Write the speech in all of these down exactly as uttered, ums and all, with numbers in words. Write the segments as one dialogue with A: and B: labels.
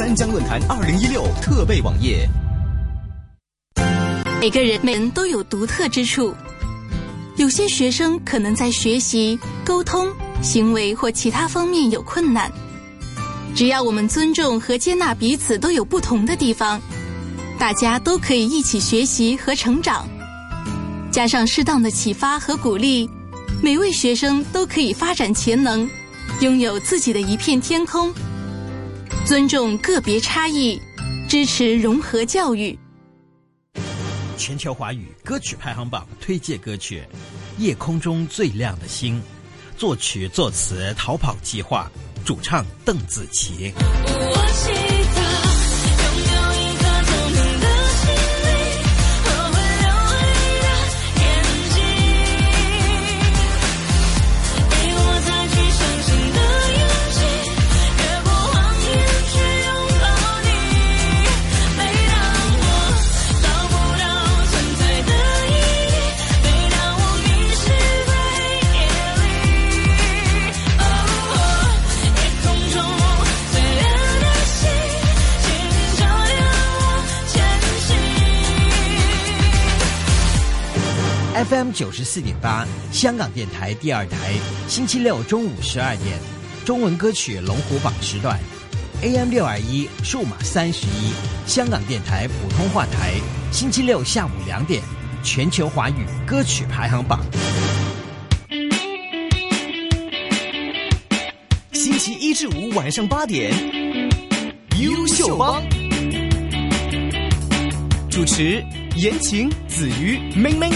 A: 三江论坛二零一六特备网页。
B: 每个人每人都有独特之处，有些学生可能在学习、沟通、行为或其他方面有困难，只要我们尊重和接纳彼此都有不同的地方，大家都可以一起学习和成长。加上适当的启发和鼓励，每位学生都可以发展潜能，拥有自己的一片天空。尊重个别差异，支持融合教育。
C: 全球华语歌曲排行榜推荐歌曲《夜空中最亮的星》，作曲作词逃跑计划，主唱邓紫棋。
D: 我祈祷拥有一颗透明的心灵和会流泪的眼睛，给我再去相信的勇气，越过谎言去拥抱你。每当我找不到存在的意义，每当我迷失在夜里，哦哦，夜空中最亮的星，请照亮我前行。
C: F M 九十四点八，香港电台第二台，星期六中午十二点，中文歌曲龙虎榜时段 ；A M 六二一，数码三十一，香港电台普通话台，星期六下午两点，全球华语歌曲排行榜。
A: 星期一至五晚上八点，优秀帮，主持言情、子瑜、妹妹。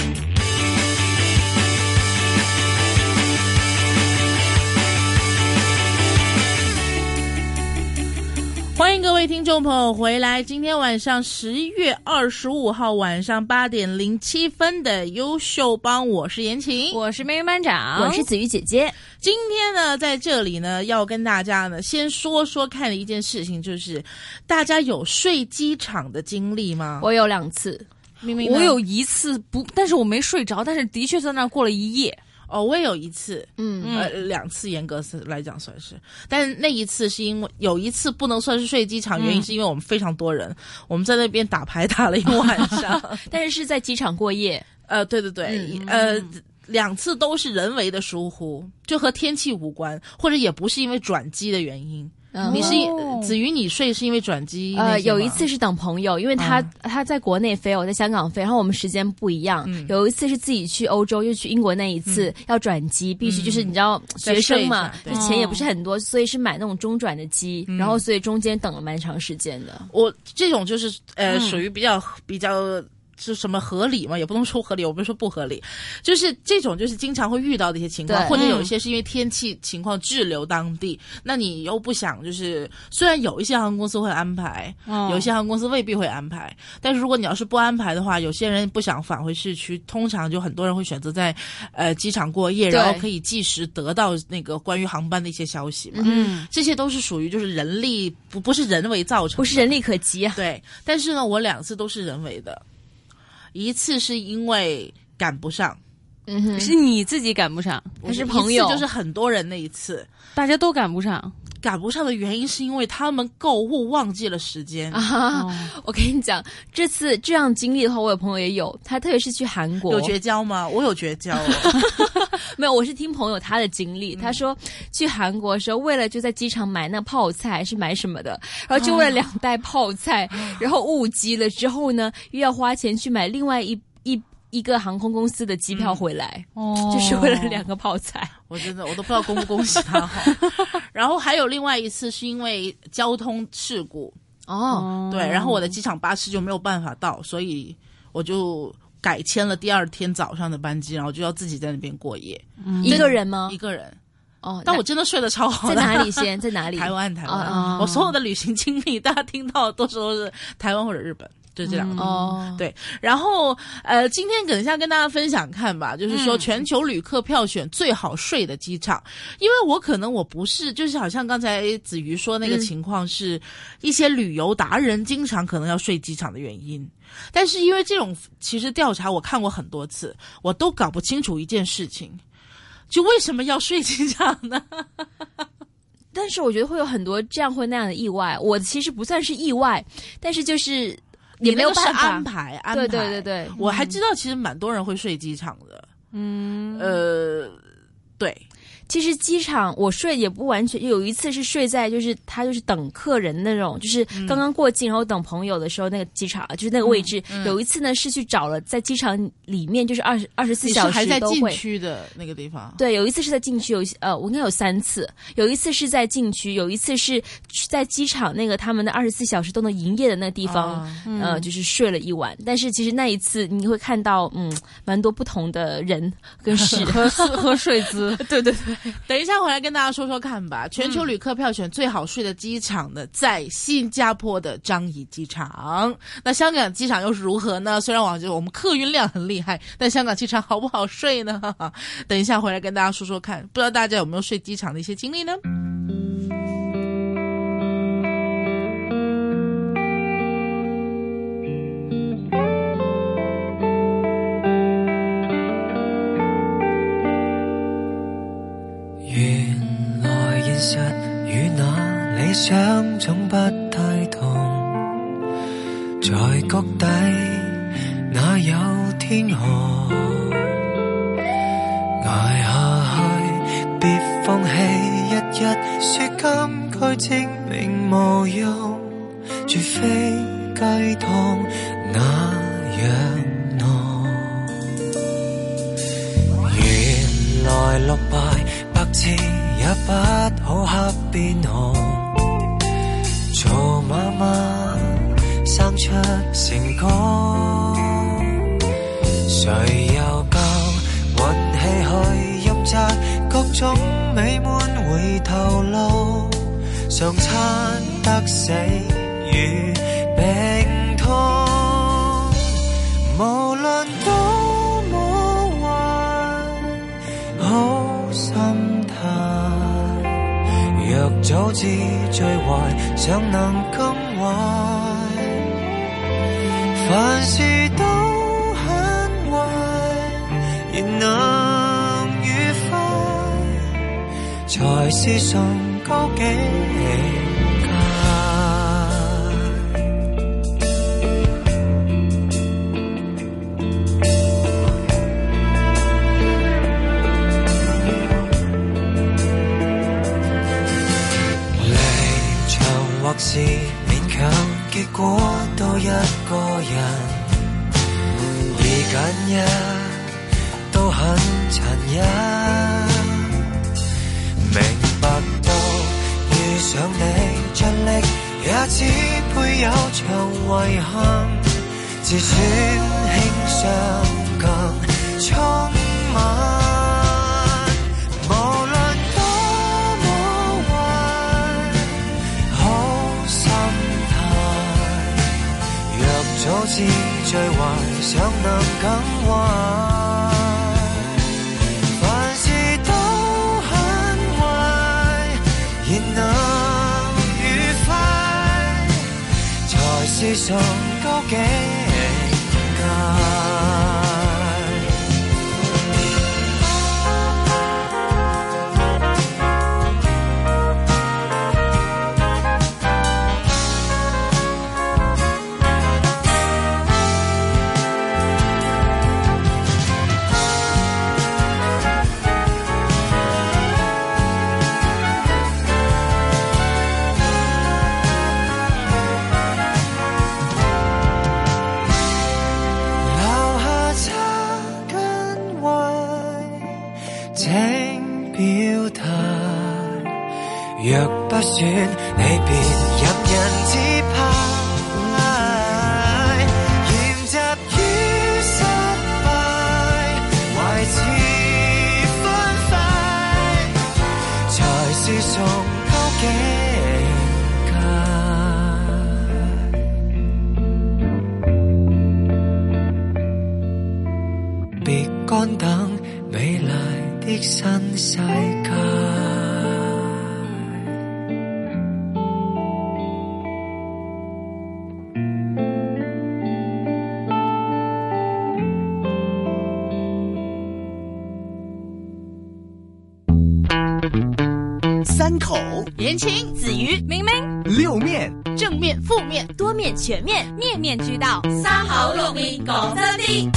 E: 欢迎各位听众朋友回来，今天晚上十月二十五号晚上八点零七分的优秀帮，我是言情，
F: 我是妹妹班长，
G: 我是子瑜姐姐。
E: 今天呢，在这里呢，要跟大家呢先说说看的一件事情，就是大家有睡机场的经历吗？
G: 我有两次，
E: 明明
F: 我有一次不，但是我没睡着，但是的确在那儿过了一夜。
E: 哦，我也有一次，
G: 嗯
E: 呃，两次严格来讲算是，但是那一次是因为有一次不能算是睡机场，原因是因为我们非常多人，我们在那边打牌打了一个晚上，
G: 但是是在机场过夜。
E: 呃，对对对，嗯、呃。两次都是人为的疏忽，就和天气无关，或者也不是因为转机的原因。
G: 嗯、
E: 你是子瑜，你睡是因为转机？
G: 呃，有一次是等朋友，因为他、嗯、他在国内飞，我在香港飞，然后我们时间不一样。嗯、有一次是自己去欧洲，又去英国那一次、嗯、要转机，必须就是你知道、嗯、学生嘛，就钱也不是很多，所以是买那种中转的机，嗯、然后所以中间等了蛮长时间的。
E: 我这种就是呃，
G: 嗯、
E: 属于比较比较。是什么合理嘛？也不能说合理，我不是说不合理，就是这种就是经常会遇到的一些情况，或者有一些是因为天气情况滞留当地，嗯、那你又不想就是虽然有一些航空公司会安排，哦、有一些航空公司未必会安排，但是如果你要是不安排的话，有些人不想返回市区，通常就很多人会选择在呃机场过夜，然后可以即时得到那个关于航班的一些消息嘛。嗯，这些都是属于就是人力不不是人为造成的，
G: 不是人力可及啊。
E: 对，但是呢，我两次都是人为的。一次是因为赶不上，
F: 嗯哼，是你自己赶不上，
E: 还是朋友？就是很多人那一次，
F: 大家都赶不上。
E: 赶不上的原因是因为他们购物忘记了时间
G: 啊！哦、我跟你讲，这次这样经历的话，我有朋友也有，他特别是去韩国，
E: 有绝交吗？我有绝交、哦，
G: 没有，我是听朋友他的经历，嗯、他说去韩国的时候，为了就在机场买那泡菜还是买什么的，然后就为了两袋泡菜，啊、然后误机了之后呢，又要花钱去买另外一一。一个航空公司的机票回来，嗯、哦，就是为了两个泡菜。
E: 我真的我都不知道恭不恭喜他好。然后还有另外一次是因为交通事故
G: 哦，
E: 对，然后我的机场巴士就没有办法到，所以我就改签了第二天早上的班机，然后就要自己在那边过夜。
G: 嗯、一个人吗？
E: 一个人。
G: 哦，
E: 但我真的睡得超好的。
G: 在哪里先？在哪里？
E: 台湾，台湾。
G: 哦、
E: 我所有的旅行经历，大家听到的多数都是台湾或者日本。就这两个、
G: 嗯、哦，
E: 对，然后呃，今天等一下跟大家分享看吧，就是说全球旅客票选最好睡的机场，嗯、因为我可能我不是，就是好像刚才子瑜说那个情况，是一些旅游达人经常可能要睡机场的原因，但是因为这种其实调查我看过很多次，我都搞不清楚一件事情，就为什么要睡机场呢？
G: 但是我觉得会有很多这样或那样的意外。我其实不算是意外，但是就是也没有办法
E: 安排安排。
G: 对对对对，
E: 我还知道其实蛮多人会睡机场的。
G: 嗯，
E: 呃，对。
G: 其实机场我睡也不完全，有一次是睡在就是他就是等客人那种，就是刚刚过境然后等朋友的时候那个机场就是那个位置。
E: 嗯嗯、
G: 有一次呢是去找了在机场里面就是二十二十四小时
E: 还在
G: 都会
E: 禁区的那个地方。
G: 对，有一次是在禁区，有呃我应该有三次，有一次是在禁区，有一次是在机场那个他们的二十四小时都能营业的那个地方，啊、呃就是睡了一晚。但是其实那一次你会看到嗯蛮多不同的人跟事
F: 和和睡姿。
G: 对对对。
E: 等一下回来跟大家说说看吧。全球旅客票选最好睡的机场呢，在新加坡的樟宜机场。那香港机场又是如何呢？虽然我觉得我们客运量很厉害，但香港机场好不好睡呢？等一下回来跟大家说说看，不知道大家有没有睡机场的一些经历呢？
H: 其實與那理想總不太同，在谷底哪有天河？捱下去別放棄，日日說今該證明無用，絕非雞湯那樣濃。原來落敗百次也不好黑變紅，做媽媽生出成功，誰又夠運氣去任責各種美滿回頭路，常餐得死與病痛，無論多麼壞好心態，若早知最壞尚能更壞，凡事都很壞仍能愉快，才是崇高境界。或是勉強，結果都一個人，二揀一都很殘忍。明白到遇上你盡力，也只配有場遺憾，自尊輕傷更充滿。早知最壞尚能更壞，凡事都很壞仍能愉快，才是崇高境界。若不選你別任人自拍，嫌習於失敗，懷持歡快，才是崇高境界。別乾等美麗的新世界。
A: 口，
E: 言情
F: 子瑜、明明，
A: 六面
E: 正面、负面、
F: 多面、全面，面面俱到，
D: 三口六面講真啲。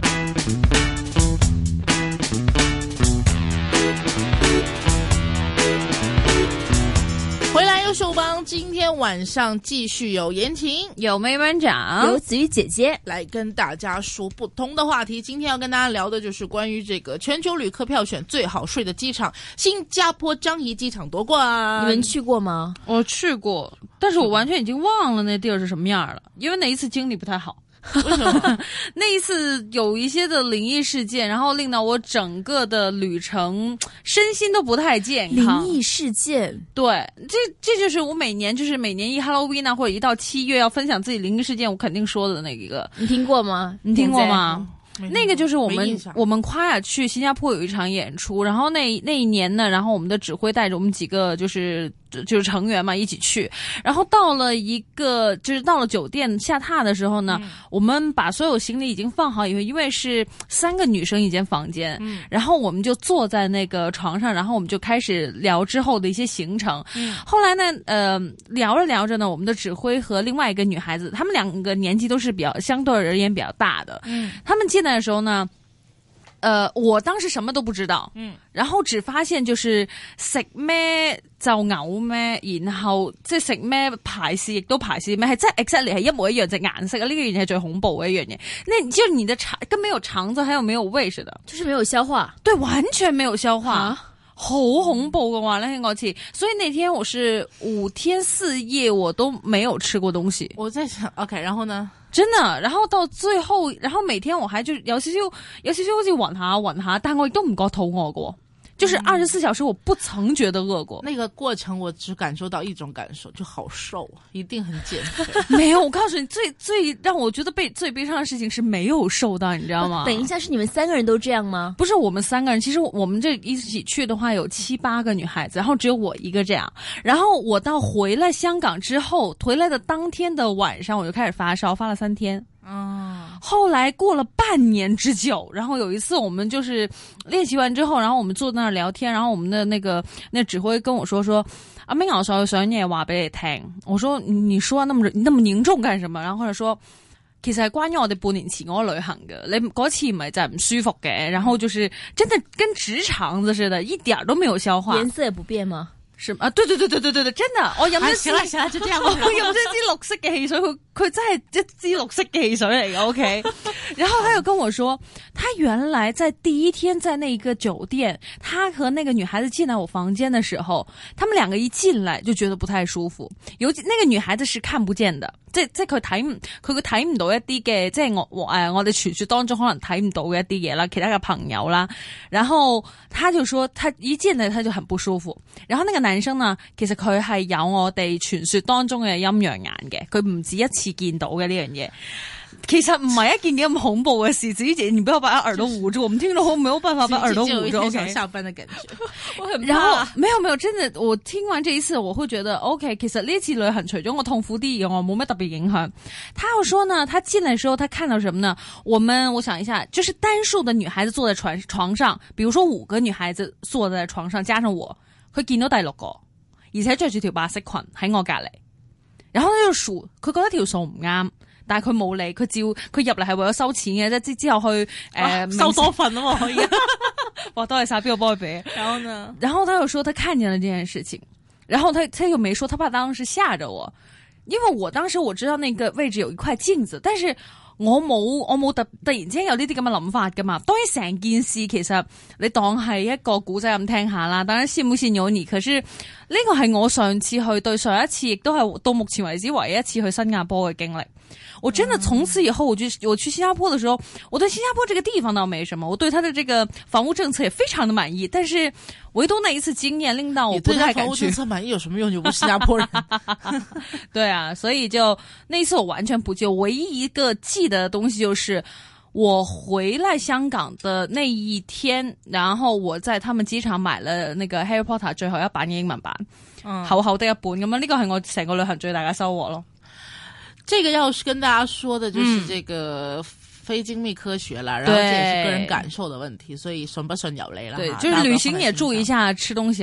E: 回来优秀帮，今天晚上继续有言情，
F: 有梅班长，
G: 有子瑜姐姐
E: 来跟大家说不同的话题。今天要跟大家聊的就是关于这个全球旅客票选最好睡的机场，新加坡樟宜机场夺冠。
G: 你们去过吗？
F: 我去过，但是我完全已经忘了那地儿是什么样了，因为那一次经历不太好。
E: 为什么？
F: 那一次有一些的灵异事件，然后令到我整个的旅程身心都不太健康。
G: 灵异事件，
F: 对，这这就是我每年就是每年一 Halloween 啊，或者一到七月要分享自己灵异事件，我肯定说的那一个。
G: 你听过吗？
F: 你听过吗？
E: 没
F: 那个就是我们
E: 没印象
F: 我们夸雅去新加坡有一场演出，然后那那一年呢，然后我们的指挥带着我们几个就是就是成员嘛一起去，然后到了一个就是到了酒店下榻的时候呢，嗯、我们把所有行李已经放好以后，因为是三个女生一间房间，嗯，然后我们就坐在那个床上，然后我们就开始聊之后的一些行程。嗯，后来呢，呃，聊着聊着呢，我们的指挥和另外一个女孩子，她们两个年纪都是比较相对而言比较大的，嗯，她们进来的时候呢。呃，我当时什么都不知道，嗯，然後只發現就是食咩就嘔咩，然後即係食咩排泄亦都排泄咩，係真係 exactly 係一模一樣隻顏色啊！呢個樣嘢係最恐怖嘅一樣嘢。那就你的腸跟沒有腸子還有沒有胃似的，
G: 就是沒有消化，
F: 對，完全沒有消化。好恐怖嘅話咧，嗰次，所以那天我是五天四夜我都沒有吃過東西。
E: 我在想 ，OK， 然後呢？
F: 真的，然後到最後，然後每天我還就有少少有少少好似暈下暈下，但我亦都唔覺肚餓過。就是二十四小時，我不曾覺得餓過。
E: 那個過程，我只感受到一種感受，就好瘦，一定很減肥。
F: 沒有，我告訴你，最最讓我覺得悲最悲傷的事情是沒有瘦到，你知道嗎？
G: 等一下，是你們三個人都這樣嗎？
F: 不是我們三個人，其實我們這一起去的話有七八個女孩子，然後只有我一個這樣。然後我到回來香港之後，回來的當天的晚上，我就開始發燒，發了三天。嗯，後來過了半年之久，然後有一次我們就是練習完之後，然後我們坐在那兒聊天，然後我們的那個那指揮跟我說說，阿明老師有想嘢話俾你聽。我說你說那麼那麼凝重幹什麼？然後或者說其實係關於我哋半年前嗰個旅行嘅，你嗰次唔係就係唔舒服嘅，然後就是真的跟直腸子似的，一點都沒有消化，
G: 顏色也不變嗎？
F: 是啊，對對對對對對對，真的，我飲咗支，
E: 行啦行啦，就這樣，
F: 我飲咗一支綠色嘅汽水，佢佢真係一支綠色嘅汽水嚟嘅 ，OK。然後他又跟我說，他原來在第一天在那個酒店，他和那個女孩子進來我房間的時候，他們兩個一進來就覺得不太舒服，尤其那個女孩子是看不見的。即即佢睇唔佢佢睇唔到一啲嘅，即係我我誒我哋傳說當中可能睇唔到嘅一啲嘢啦，其他嘅朋友啦。然後他就說，他一見呢他就很不舒服。然後那個男生呢，其實佢係有我哋傳說當中嘅陰陽眼嘅，佢唔止一次見到嘅呢樣嘢。其實唔係一件幾咁恐怖嘅事，子怡姐，你不要把耳朵捂住。我們聽眾沒有辦法把耳朵捂住。OK，
E: 下班的感覺，
F: 我很怕。然後沒有沒有，真的，我聽完這一次，我會覺得 OK。其實呢一次旅行，除咗我痛苦啲以外，我冇乜特別影響。他又說呢，他進來的時候，他看到什麼呢？我們我想一下，就是單數的女孩子坐在床床上，比如說五個女孩子坐在床上，加上我，佢見到第六個，而且着住條白色裙喺我隔離。然後呢就數，佢覺得條數唔啱。但係佢冇理，佢照佢入嚟係為咗收錢嘅，即係之後去誒、呃、
E: 收多份啊嘛可以，
F: 哇多謝晒，邊個幫佢俾？
E: 然後呢？
F: 然後他又說他看見了這件事情，然後他他又沒說他怕當時嚇着我，因為我當時我知道那個位置有一塊鏡子，但是我冇我冇突突然之間有呢啲咁嘅諗法噶嘛。當然成件事其實你當係一個古仔咁聽下啦，當然羨慕羨有你，可是呢個係我上次去對上一次，亦都係到目前為止唯一一次去新加坡嘅經歷。我真的從此以後，我就我去新加坡的時候，我對新加坡這個地方倒沒什麼，我對他的這個房屋政策也非常的滿意。但是唯獨那一次經驗令到我不太敢去。
E: 房屋政策滿意有什麼用？你不是新加坡人。
F: 對啊，所以就那一次我完全不記，唯一一個記得的東西就是我回來香港的那一天，然後我在他們機場買了那個 Harry Potter 最後一版嘅英文版，嗯，厚厚的一本咁樣，呢個係我成個旅行最大嘅收穫咯。
E: 這個要是跟大家說的就是這個非精密科學啦，嗯、然後這也是個人感受的問題，所以順不順由你啦。
F: 對，就是旅行也注意一下吃東西啊。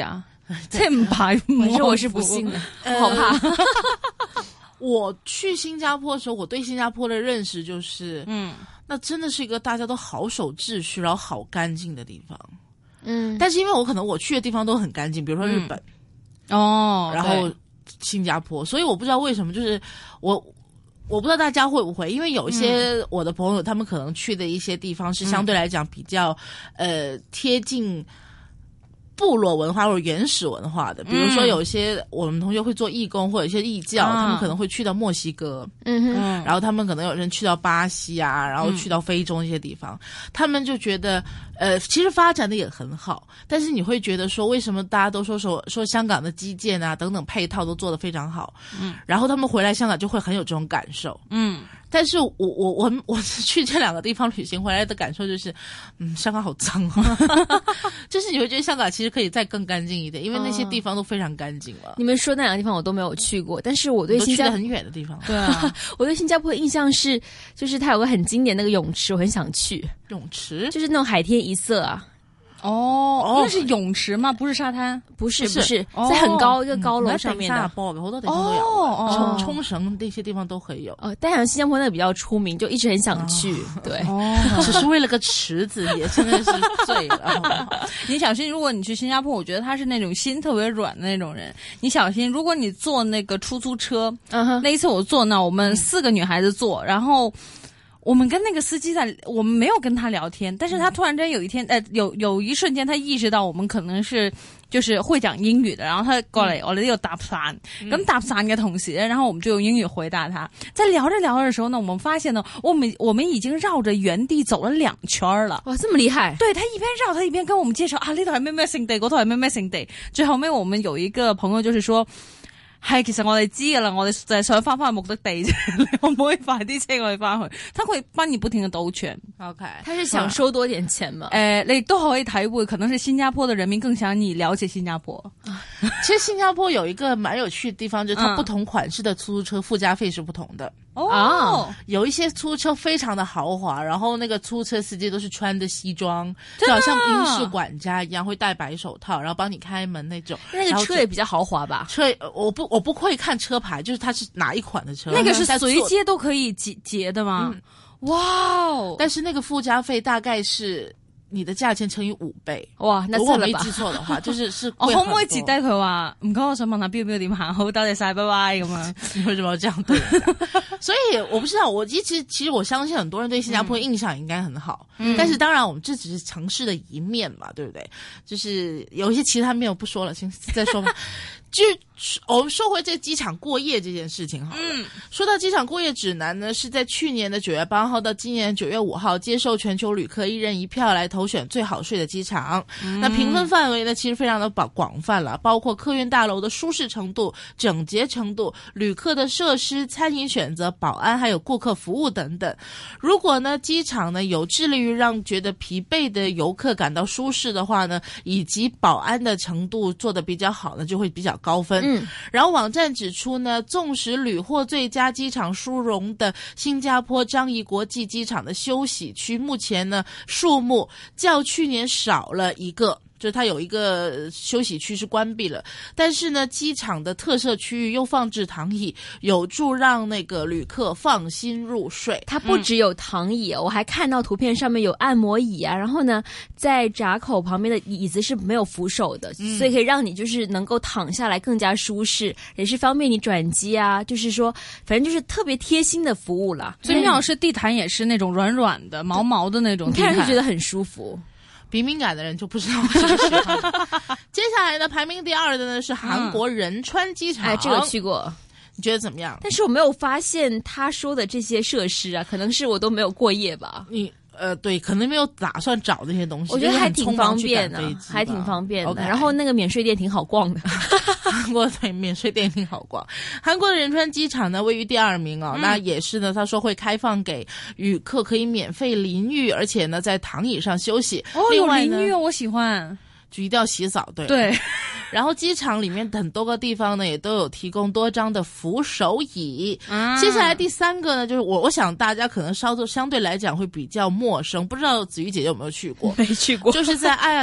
F: 即係唔排唔
G: 反正我是不信的，我好怕。
E: 我去新加坡的时候，我对新加坡的认识就是，
F: 嗯，
E: 那真的是一个大家都好守秩序，然后好干净的地方。
G: 嗯，
E: 但是因为我可能我去的地方都很干净，比如说日本，
F: 嗯、哦，
E: 然后新加坡，所以我不知道为什么，就是我我不知道大家会不会，因为有一些我的朋友，他们可能去的一些地方是相对来讲比较、嗯、呃贴近部落文化或者原始文化的，比如说有一些我们同学会做义工或者一些义教、嗯、他们可能会去到墨西哥，
G: 嗯哼，
E: 然后他们可能有人去到巴西啊，然后去到非洲一些地方、嗯、他们就觉得呃其实发展的也很好，但是你会觉得说为什么大家都说说说香港的基建啊等等配套都做得非常好，嗯，然后他们回来香港就会很有这种感受，嗯，但是我我我我去这两个地方旅行回来的感受就是，嗯，香港好脏哦，就是你会觉得香港其实可以再更干净一点，因为那些地方都非常干净了。
G: 你们说那两个地方我都没有去过，但是我对新加坡
E: 都去得很远的地方，
F: 对啊，
G: 我对新加坡的印象是，就是它有个很经典那个泳池，我很想去。
E: 泳池
G: 就是那种海天一色啊。
F: 哦，那是泳池吗？不是沙滩？
G: 不是，不是，
F: 哦、
G: 在很高一个高楼上面的。
E: 嗯、好多地方都有，
F: 哦，
E: 冲冲绳那些地方都可以有。
G: 哦，但好像新加坡那个比较出名，就一直很想去。哦、对，
E: 哦，只是为了个池子，也真的是醉了。好不好
F: 你小心，如果你去新加坡，我觉得他是那种心特别软的那种人。你小心，如果你坐那个出租车，嗯、那一次我坐那，我们四个女孩子坐，然后。我们跟那个司机在，我们没有跟他聊天，但是他突然间有一天，呃，有有一瞬間，他意識到我們可能是就是會講英語的，然後他過嚟、嗯、我哋呢度搭訕，咁搭訕嘅同時咧，然後我們就用英語回答他。在聊着聊着的時候呢，我們發現呢，我們我們已經繞着原地走了兩圈了。
G: 哇，這麼厲害！
F: 對，他一邊繞，他一邊跟我們介紹啊，呢度係咩咩聖地，嗰度係咩咩聖地。最後尾我們有一個朋友就是說。係，其實我哋知噶啦，我哋就係想翻翻去目的地啫。你可唔可以快啲車我哋翻去？他會幫你不停的兜圈。
E: OK，
G: 他是想收多點錢嘛？
F: 誒、呃，你都可以體會，可能是新加坡的人民更想你了解新加坡。
E: 其實新加坡有一個蠻有趣的地方，就是它不同款式的出租車附加費是不同的。
F: 哦、嗯，
E: 有一些出租車非常的豪華，然後那個出租車司機都是穿的西裝，就好像英式管家一樣，會戴白手套，然後幫你開門那種。
G: 那個車也比較豪華吧？
E: 車我不我不會看車牌，就是它是哪一款的車。
F: 那個是隨街都可以結結的嗎？嗯、哇哦！
E: 但是那個附加費大概是。你的價錢乘以五倍，
G: 哇！那
E: 如果我沒記錯的話，就是是貴很多。
F: 我可唔可以截低佢話唔該？我想問下標標點行好，多謝晒，拜拜咁樣。
E: 你為什麼要這樣對？所以我不知道，我其實其實我相信很多人對新加坡印象應該很好，嗯、但是當然我們這只是城市的一面嘛，對不對？就是有一些其他面我不說了，先再說吧。就我們說回這個機場過夜這件事情好了。嗯，說到機場過夜指南呢，是在去年的九月八號到今年九月五號，接受全球旅客一人一票來投選最好睡的機場。嗯、那評分範圍呢，其實非常的廣廣泛了，包括客運大樓的舒適程度、整潔程度、旅客的設施、餐飲選擇、保安，還有顧客服務等等。如果呢機場呢有致力於讓覺得疲憊的遊客感到舒適的話呢，以及保安的程度做得比較好呢，就會比較高分。嗯，然後網站指出呢，縱使屢獲最佳機場殊榮的新加坡樟宜國際機場的休息區，目前呢數目較去年少了一個。就它有一個休息區是關閉了，但是呢，機場的特色區域又放置躺椅，有助讓那個旅客放心入睡。
G: 它不只有躺椅，嗯、我還看到圖片上面有按摩椅啊，然後呢，在閘口旁邊的椅子是沒有扶手的，嗯、所以可以讓你就是能夠躺下來更加舒適，也是方便你轉機啊。就是說，反正就是特別貼心的服務啦。
F: 最妙是地毯也是那種軟軟的、毛毛的那種地毯，
G: 你看就覺得很舒服。
E: 鼻敏感的人就不知道我是不是喜歡。接下來呢，排名第二的呢是韓國仁川機場。
G: 嗯、哎，這個去過，
E: 你覺得怎麼樣？
G: 但是我沒有發現他說的這些設施啊，可能是我都沒有過夜吧。
E: 你呃，對，可能沒有打算找這些東西。
G: 我覺得還挺方便的，還挺方便的。Okay. 然後那個免稅店挺好逛的。
E: 韓國對免稅店挺好逛。韓國的仁川機場呢位於第二名哦，嗯、那也是呢，他說會開放給旅客可以免費淋浴，而且呢在躺椅上休息。
F: 哦，有淋浴，我喜歡。
E: 就一定要洗澡，對
F: 對。
E: 然後機場裡面很多個地方呢，也都有提供多張的扶手椅。啊、接下來第三個呢，就是我我想大家可能稍作相對來講會比較陌生，不知道子瑜姐姐有沒有去過？
G: 沒去過。
E: 就是在愛。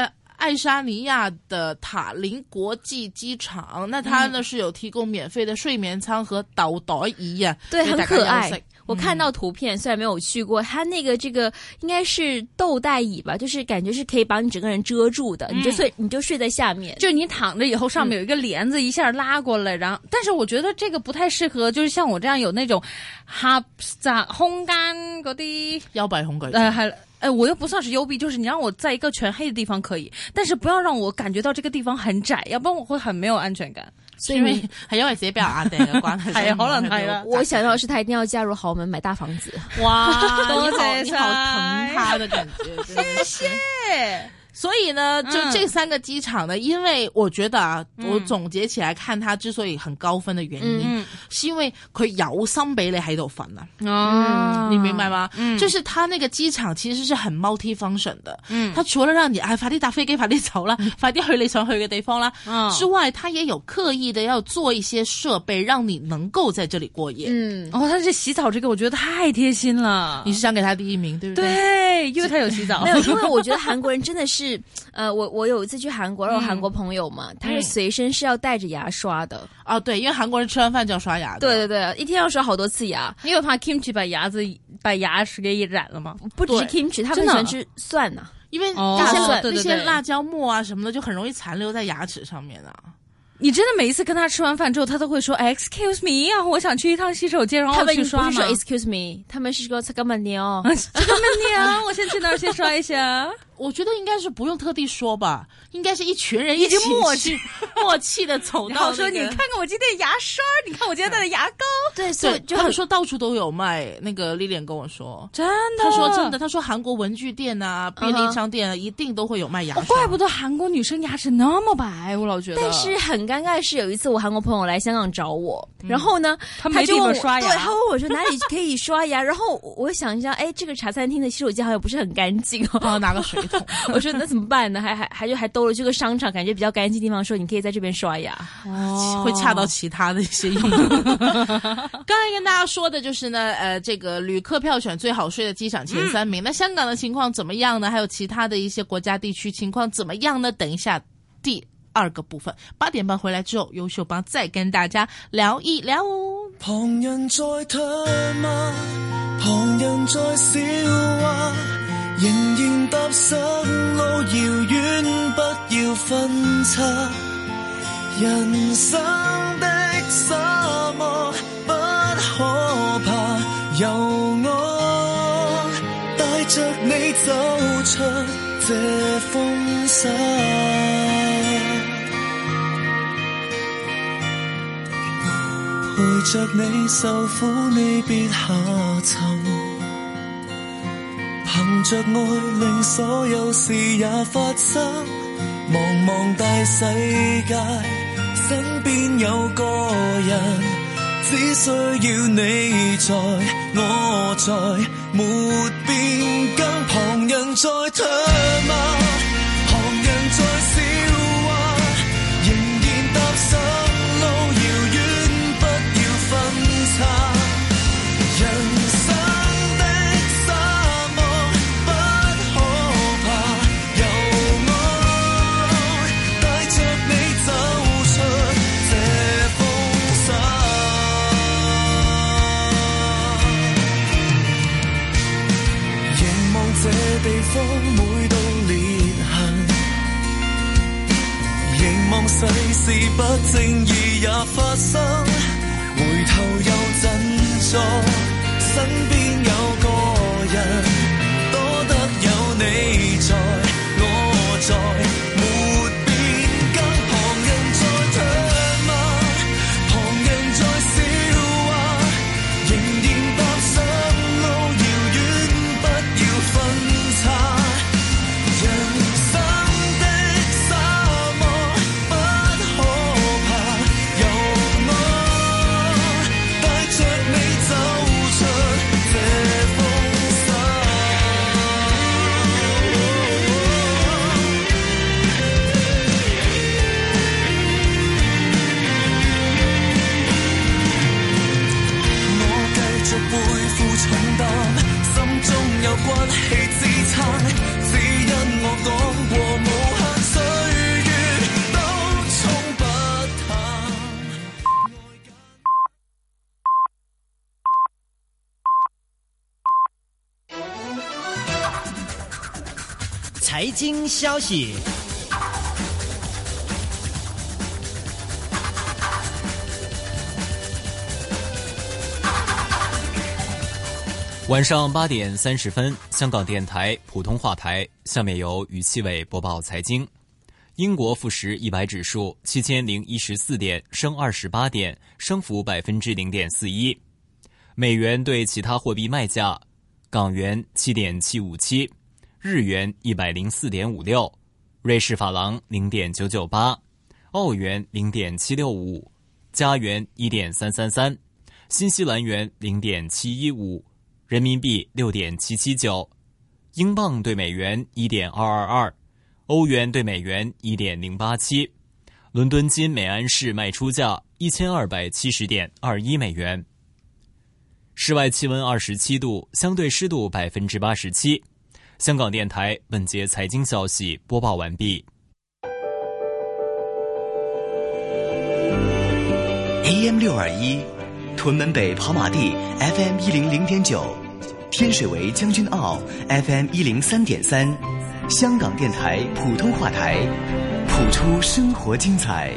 E: 爱沙尼亚的塔林国际机场，那它呢、嗯、是有提供免费的睡眠舱和导导椅啊，
G: 对，很可爱。我看到图片，虽然没有去过，它那个这个应该是豆袋椅吧，就是感觉是可以把你整个人遮住的，嗯、你就睡你就睡在下面，
F: 就你躺着以后上面有一个帘子一下拉过来，然后但是我觉得这个不太适合，就是像我这样有那种狹窄空間嗰啲
E: 幽閉恐懼。
F: 呃，係。哎，我又不算是幽闭，就是你让我在一个全黑的地方可以，但是不要让我感觉到这个地方很窄，要不然我会很没有安全感。
E: 所以因为係因為自己比較壓定嘅關係，
F: 係可能係啦。
G: 我想到的是他一定要嫁入豪門買大房子。
E: 哇，
F: 多謝
E: 你好疼他的感覺，
F: 謝謝。
E: 所以呢，就这三个机场呢，嗯、因为我觉得啊，我总结起来看它之所以很高分的原因，嗯、是因为佢有心俾你喺度瞓啊。哦、嗯，你明白吗？嗯，就是它那个机场其实是很 multi-function 的。嗯，它除了让你哎快啲搭飛機，快啲走啦，快啲去你想去嘅地方啦，嗯、之外，它也有刻意的要做一些设备，让你能够在这里过夜。
F: 嗯，哦，它这洗澡这个我觉得太贴心了。
E: 你是想给他第一名，对不对？
F: 对，因为他有洗澡。
G: 没有，因为我觉得韩国人真的是。是呃，我我有一次去韩国，然后韩国朋友嘛，嗯、他是随身是要带着牙刷的。
E: 哦，对，因为韩国人吃完饭就要刷牙的。
G: 对对对，一天要刷好多次牙。
F: 因为怕 kimchi 把牙子把牙齿给染了吗？
G: 不只是 kimchi， 他们喜欢吃蒜呐、啊，
E: 因为那些、哦、那些辣椒末啊什么的，就很容易残留在牙齿上面啊。
F: 你真的每一次跟他吃完饭之后，他都会说 "Excuse me 啊，我想去一趟洗手间，然后去刷吗？"
G: 他们不是说 "Excuse me"， 他们是说"这个么你哦，
F: 这个么你啊，我先去那儿先刷一下。
E: 我觉得应该是不用特地说吧，应该是一群人一起默契默契的走到、那個。
F: 然后说你看看我今天牙刷，你看我今天带的牙膏。
G: 对，所以
E: 就他们说到处都有卖。那个丽莲跟我说，
F: 真的，
E: 他说真的，他说韩国文具店啊、便利商店啊，一定都会有卖牙刷。
F: 哦、怪不得韩国女生牙齿那么白，我老觉得。
G: 但是很尴尬的是，有一次我韩国朋友来香港找我，嗯、然后呢，
F: 他没地方刷牙，
G: 对，他问我说哪里可以刷牙，然后我想一下，哎，这个茶餐厅的洗手间好像不是很干净哦，
E: 哦拿个水桶，
G: 我说那怎么办呢？还还还就还兜了这个商场，感觉比较干净的地方，说你可以在这边刷牙，
E: 哦，会恰到其他的一些用途。刚才跟大家说的就是呢，呃，这个旅客票选最好睡的机场前三名。嗯、那香港的情况怎么样呢？还有其他的一些国家地区情况怎么样呢？等一下第二个部分，八点半回来之后，優秀幫再跟大家聊一聊哦。
H: 旁人在唾罵，旁人在笑話，仍然踏上路遙遠，不要分岔。人生的沙漠不可怕，由我帶着你走出這風沙。陪着你受苦，你別下沉。憑着愛，令所有事也發生。茫茫大世界，身邊有個人，只需要你在，我在，沒變更。旁人在唾罵，旁人在笑話，仍然踏上路遙遠，不要分岔。人生的沙漠不可怕，由我帶着你走出這風沙。凝望這地方每道裂痕，凝望世事不正義也發生，回頭又振作，身邊有個人，多得有你在，我在，沒變更。旁人在唾罵，旁人在笑話，仍然踏上路遙遠，不要分岔。人生的沙漠不可怕，由我帶着你走出這風沙。我繼續背負重擔，心中有骨氣支撐，只因我講過無限
C: 财经消息。
I: 晚上八点三十分，香港电台普通话台，下面由于七伟播报财经。英国富时一百指数七千零一十四点，升二十八点，升幅百分之零点四一。美元对其他货币卖价：港元七点七五七，日元一百零四点五六，瑞士法郎零点九九八，澳元零点七六五，加元一点三三三，新西兰元零点七一五。人民币六点七七九，英镑对美元一点二二二，欧元对美元一点零八七，伦敦金每安士卖出价一千二百七十点二一美元。室外气温二十七度，相对湿度百分之八十七。香港电台本节财经消息播报完毕。
A: A M 六二一，屯门北跑马地 F M 一零零点九。天水围将军澳 F M 一零三点三，香港电台普通话台，谱出生活精彩。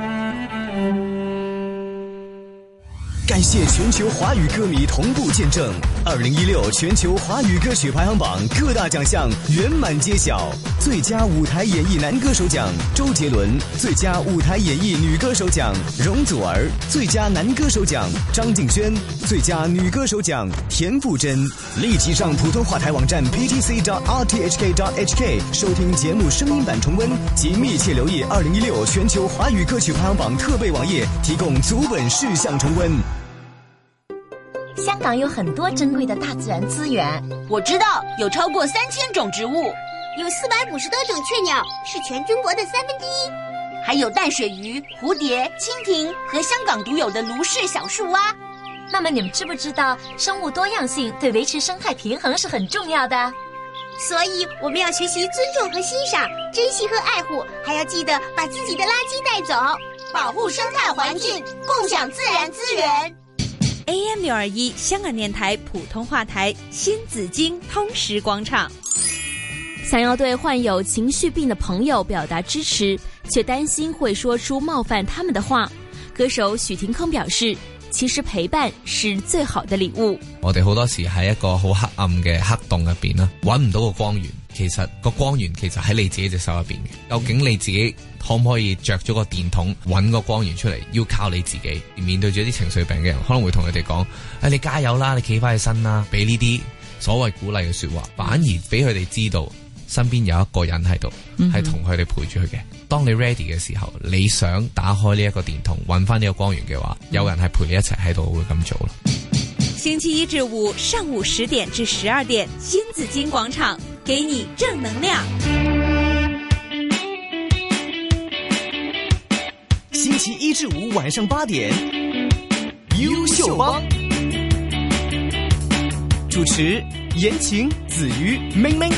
A: 感谢全球华语歌迷同步见证，二零一六全球华语歌曲排行榜各大奖项圆满揭晓。最佳舞台演绎男歌手奖周杰伦，最佳舞台演绎女歌手奖容祖儿，最佳男歌手奖张敬轩，最佳女歌手奖田馥甄。立即上普通话台网站 p t c dot r t h k dot h k 收听节目声音版重温，及密切留意二零一六全球华语歌曲排行榜特备网页，提供足本事项重温。
J: 香港有很多珍贵的大自然资源，
K: 我知道有超过三千种植物，
L: 有四百五十多种雀鸟，是全中国的三分之一，
K: 还有淡水鱼、蝴蝶、蜻蜓和香港独有的卢氏小树蛙。
J: 那么你们知不知道生物多样性对维持生态平衡是很重要的？
L: 所以我们要学习尊重和欣赏，珍惜和爱护，还要记得把自己的垃圾带走，
K: 保护生态环境，共享自然资源。
M: A M 六二一香港电台普通话台新紫荆通识广场。
G: 想要对患有情绪病的朋友表達支持，卻擔心會說出冒犯他們的話，歌手許廷鏗表示，其實陪伴是最好的禮物。
N: 我哋好多時喺一個好黑暗嘅黑洞入邊啦，揾唔到個光源。其實個光源其實喺你自己隻手入邊嘅。究竟你自己可唔可以着咗個電筒揾個光源出嚟？要靠你自己。面對住啲情緒病嘅人，可能會同佢哋講：哎，你加油啦，你企翻起身啦，俾呢啲所謂鼓勵嘅說話，反而俾佢哋知道身邊有一個人喺度，係同佢哋陪住佢嘅。當你 ready 嘅時候，你想打開呢一個電筒揾翻呢個光源嘅話，有人係陪你一齊喺度會咁做咯。
M: 星期一至五上午十點至十二點，新紫荊廣場，給你正能量。
A: 星期一至五晚上八點，優秀幫主持言情子瑜明明。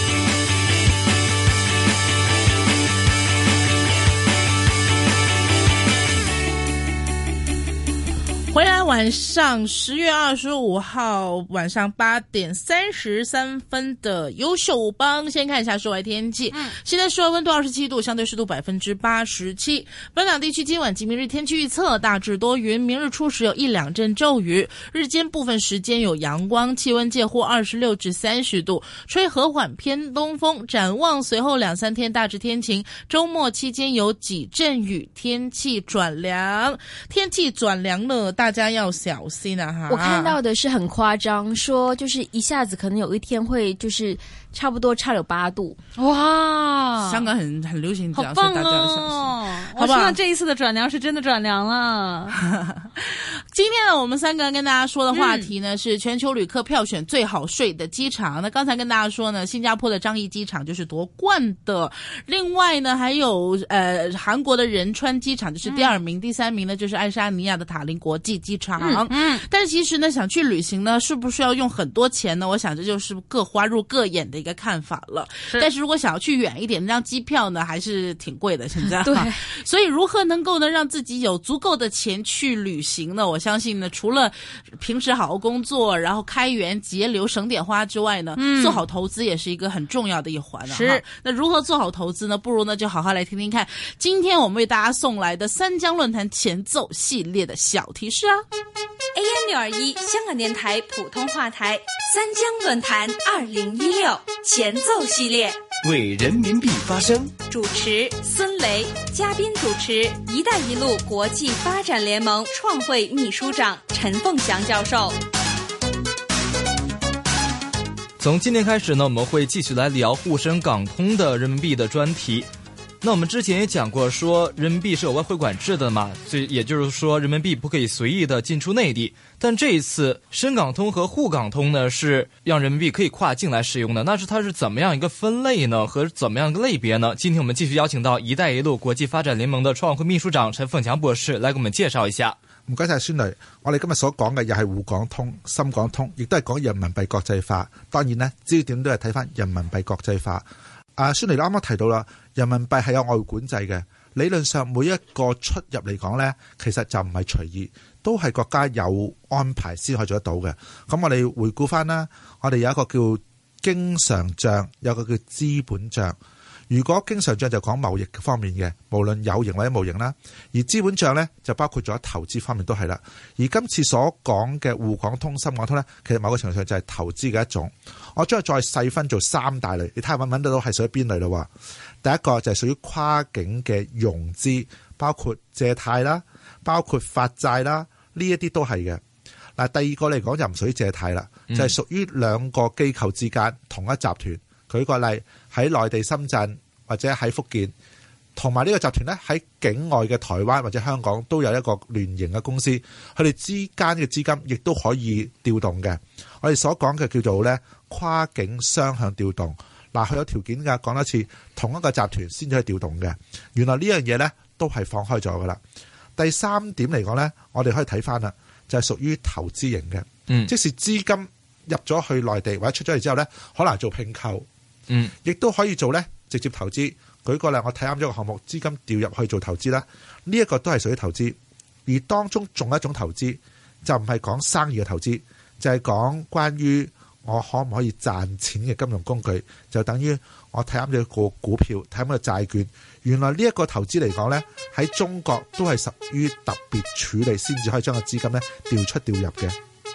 E: 回来晚上十月二十五号晚上八点三十三分的优秀帮，先看一下室外天气。嗯，现在室外温度二十七度，相对湿度百分之八十七。本港地区今晚及明日天气预测大致多云，明日初时有一两阵骤雨，日间部分时间有阳光，气温介乎二十六至三十度，吹和缓偏东风。展望随后两三天大致天晴，周末期间有几阵雨，天气转凉。天气转凉了，大家要小心啊！哈，
G: 我看到的是很夸张，说就是一下子可能有一天会就是差不多差有八度。
F: 哇，
E: 香港很很流行这样，
F: 好棒
E: 所以大家要小心，
F: 哦！
E: 好不好？
F: 我希望这一次的转凉是真的转凉了。
E: 今天呢，我们三个跟大家说的话题呢、嗯、是全球旅客票选最好睡的机场。那刚才跟大家说呢，新加坡的樟宜机场就是夺冠的。另外呢，还有呃韩国的仁川机场就是第二名，嗯、第三名呢就是爱沙尼亚的塔林国际机场。嗯，嗯但是其实呢，想去旅行呢，是不是要用很多钱呢？我想这就是各花入各眼的一个看法了。是但是如果想要去远一点，那张机票呢还是挺贵的，现在。对， 所以如何能够呢让自己有足够的钱去旅行呢？我相信呢，除了平时好好工作，然后开源节流省点花之外呢，嗯、做好投资也是一个很重要的一环啊。
F: 是，
E: 那如何做好投资呢？不如呢就好好来听听看，今天我们为大家送来的三江论坛前奏系列的小提示啊。
M: A M 六二一香港电台普通话台三江论坛二零一六前奏系列，
A: 为人民币发声。
M: 主持孙雷，嘉宾主持“一带一路”国际发展联盟创会秘书长陈凤祥教授。
O: 从今天开始呢，我们会继续来聊沪深港通的人民币的专题。那我们之前也讲过说人民币是有外汇管制的嘛，所以也就是说人民币不可以随意的进出内地。但这一次深港通和沪港通呢是让人民币可以跨境来使用的，那是它是怎么样一个分类呢，和怎么样一个类别呢？今天我们继续邀請到一帶一路國際發展聯盟的創會秘書長陳鳳強博士來給我們介紹一下。
P: 唔該晒孫雷，我哋今日所講嘅又係滬港通、深港通，亦都係講人民幣國際化。當然呢，焦點都係睇翻人民幣國際化。啊，孫雷啱啱提到啦，人民幣係有外匯管制嘅，理論上每一個出入嚟講呢，其實就唔係隨意，都係國家有安排先可以做得到嘅。咁我哋回顧翻啦，我哋有一個叫經常帳，有個叫資本帳。如果經常帳就講貿易方面嘅，無論有形或者無形啦，而資本帳呢，就包括咗投資方面都係啦。而今次所講嘅滬港通、深港通呢，其實某個程度上就係投資嘅一種。我將佢再細分做三大類，你睇下揾唔揾得到係屬於邊類咯？第一個就係屬於跨境嘅融資，包括借貸啦，包括發債啦，呢一啲都係嘅。嗱，第二個嚟講就唔屬於借貸啦，就係屬於兩個機構之間同一集團。舉個例，喺內地深圳或者喺福建，同埋呢個集團呢，喺境外嘅台灣或者香港都有一個聯營嘅公司，佢哋之間嘅資金亦都可以調動嘅。我哋所講嘅叫做呢跨境雙向調動。嗱，佢有條件㗎，講多次，同一個集團先至可以調動嘅。原來呢樣嘢呢都係放開咗㗎啦。第三點嚟講呢，我哋可以睇翻啦，就係屬於投資型嘅，嗯，即是資金入咗去內地或者出咗嚟之後呢，可能做併購。嗯，亦都可以做咧直接投資。舉個例，我睇啱咗個項目，資金調入去做投資啦，呢、這、一個都係屬於投資。而當中仲有一種投資，就唔係講生意嘅投資，就係、是、講關於我可唔可以賺錢嘅金融工具，就等於我睇啱咗個股票，睇啱個債券。原來呢一個投資嚟講咧，喺中國都係屬於特別處理先至可以將個資金咧調出調入嘅。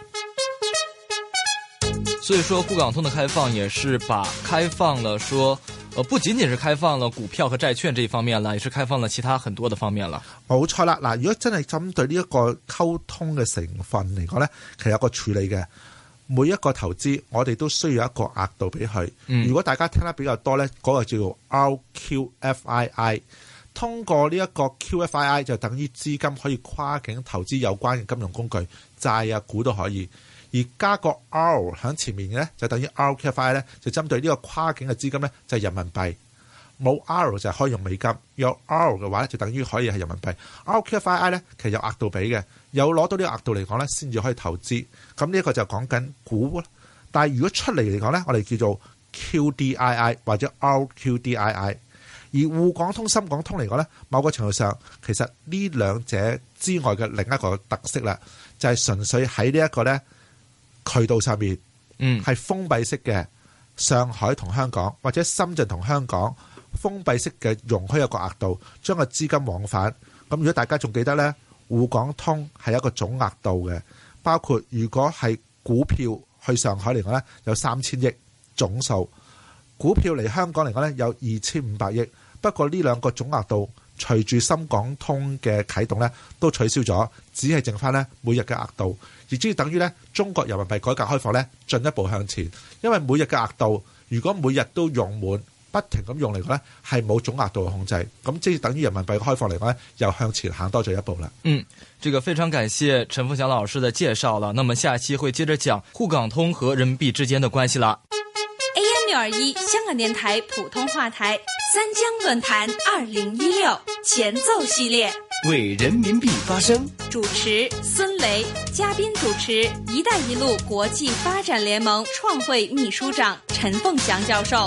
O: 所以說滬港通的開放也是把開放了說，呃，不僅僅是開放了股票和債券這一方面啦，也是開放了其他很多的方面啦。
P: 冇錯啦，嗱，如果真係針對呢一個溝通嘅成分嚟講呢，其實有個處理嘅。每一個投資我哋都需要一個額度俾佢。嗯、如果大家聽得比較多呢，嗰、那個叫做 R Q F I I， 通過呢一個 Q F I I 就等於資金可以跨境投資有關嘅金融工具，債啊股都可以。而加個 R 喺前面嘅咧，就等於 R Q F I 咧，就針對呢個跨境嘅資金咧，就係人民幣。冇 R 就係可以用美金，有 R 嘅話咧，就等於可以係人民幣。R Q F I 咧，其實有額度俾嘅，有攞到呢個額度嚟講咧，先至可以投資。咁呢一個就講緊股。但係如果出嚟嚟講咧，我哋叫做 Q D I I 或者 R Q D I I。而滬港通、深港通嚟講咧，某個程度上其實呢兩者之外嘅另一個特色啦，就係、是、純粹喺呢一個咧。渠道上面，嗯，係封閉式嘅，上海同香港或者深圳同香港封閉式嘅容許一個額度，將個資金往返。咁如果大家仲記得呢，滬港通係一個總額度嘅，包括如果係股票去上海嚟講呢，有三千億總數；股票嚟香港嚟講呢，有二千五百億。不過呢兩個總額度隨住深港通嘅啟動呢，都取消咗，只係剩翻呢每日嘅額度。而之等於咧，中國人民幣改革開放咧進一步向前，因為每日嘅額度，如果每日都用滿，不停咁用嚟講咧，係冇總額度嘅控制，咁即係等於人民幣嘅開放嚟講咧，又向前行多咗一步啦。
O: 嗯，這個非常感謝陳鳳祥老師的介紹了。那麼下期會接着講滬港通和人民幣之間的關係啦。
M: A M 六二一香港電台普通話台三江論壇二零一六前奏系列。
A: 為人民幣發聲，
M: 主持孫雷，嘉賓主持“一帶一路”國際發展聯盟創會秘書長陳鳳祥教授。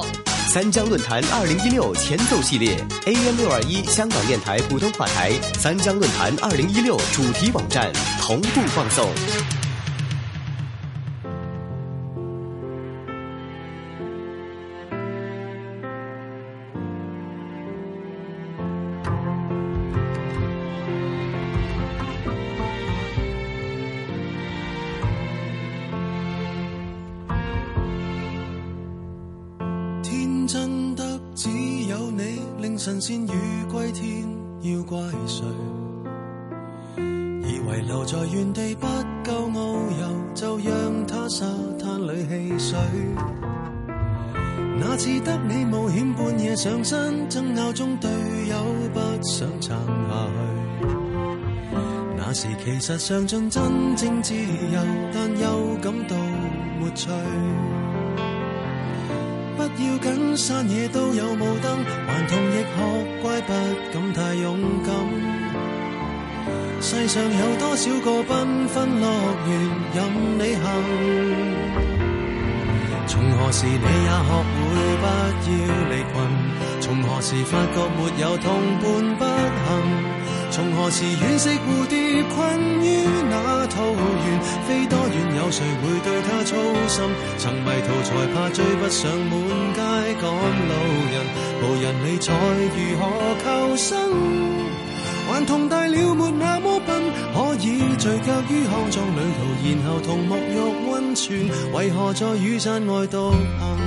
A: 三江论坛二零一六前奏系列 A M 六二一香港电台普通话台三江论坛二零一六主题网站同步放送。
Q: 真得只有你，令神仙魚歸天，要怪誰？以為留在原地不夠遨遊，就讓他沙灘裏戲水。那次得你冒險半夜上山，爭拗中隊友不想撐下去。那時其實嘗盡真正自由，但又感到沒趣。不要緊，山野都有霧燈，頑童亦學乖，不敢太勇敢。世上有多少個繽紛樂園任你行？從何時你也學會不要離群？從何時發覺沒有同伴不行？從何時惋惜蝴蝶困於那桃源，飛多遠有誰會對它操心？曾迷途才怕追不上滿街趕路人，無人理睬如何求生？還同大了沒那麼笨，可以聚腳於康莊旅途，然後同沐浴溫泉，為何在雨傘外獨行？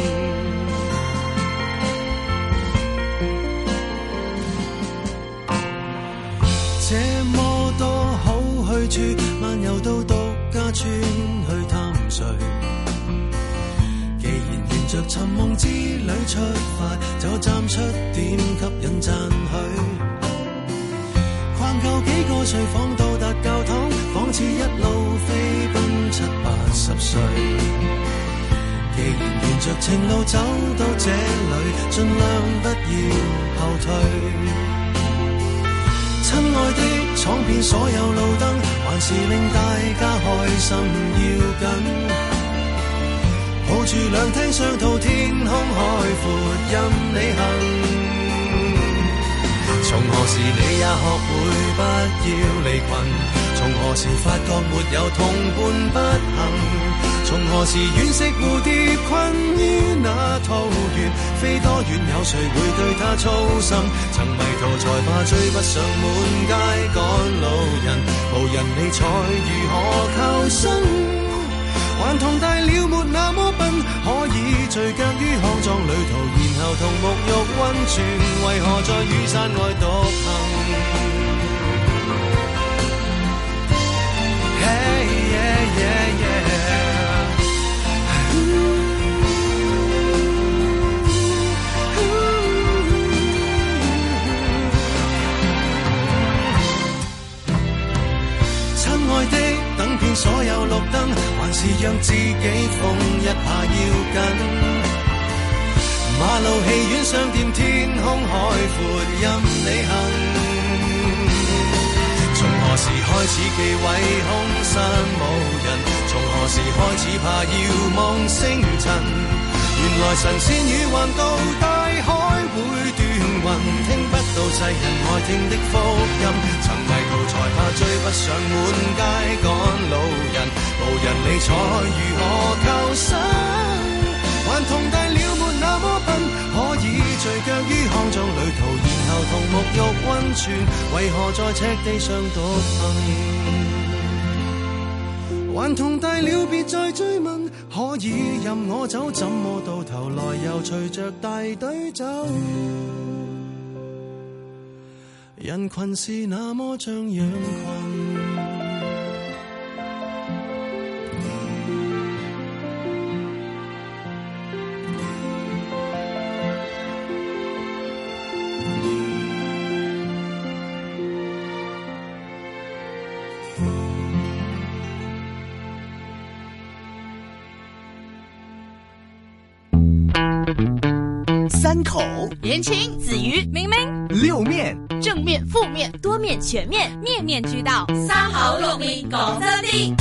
Q: 這麼多好去處，漫遊到獨家村去探誰？既然沿着尋夢之旅出發，就站出點吸引讚許。逛夠幾個睡房到達教堂，仿似一路飛奔七八十歲。既然沿着情路走到這裏，盡量不要後退。親愛的，闖遍所有路燈，還是令大家開心要緊。抱住兩廳雙套，天空海闊任你行。從何時你也學會不要離群？從何時發覺沒有同伴不行？從何時惋惜蝴蝶困於那桃源，飛多遠有誰會對它操心？曾迷途才怕追不上滿街趕路人，無人理睬如何求生？還同大了沒那麼笨，可以聚腳於康莊旅途，然後同沐浴溫泉，為何在雨傘外獨行？ Hey, yeah, yeah, yeah. 親愛的，等遍所有綠燈，還是讓自己瘋一下要緊。馬路、戲院、商店、天空海闊任你行。從何時開始忌諱空山無人？從何時開始怕遙望星塵？原來神仙魚橫渡大海會斷魂，聽不到世人愛聽的福音。曾迷途才怕追不上滿街趕路人，無人理睬如何求生？還同大了沒那麼笨，可以聚腳於康莊旅途，然後同沐浴溫泉，為何在赤地上獨行？還同大了別再追問，可以任我走，怎麼到頭來又隨着大隊走？人群是那麼像羊群。
A: 三口
E: 言情
M: 子瑜明明
A: 六面
E: 正面負面
M: 多面全面面面俱到，
D: 三口六面講真啲。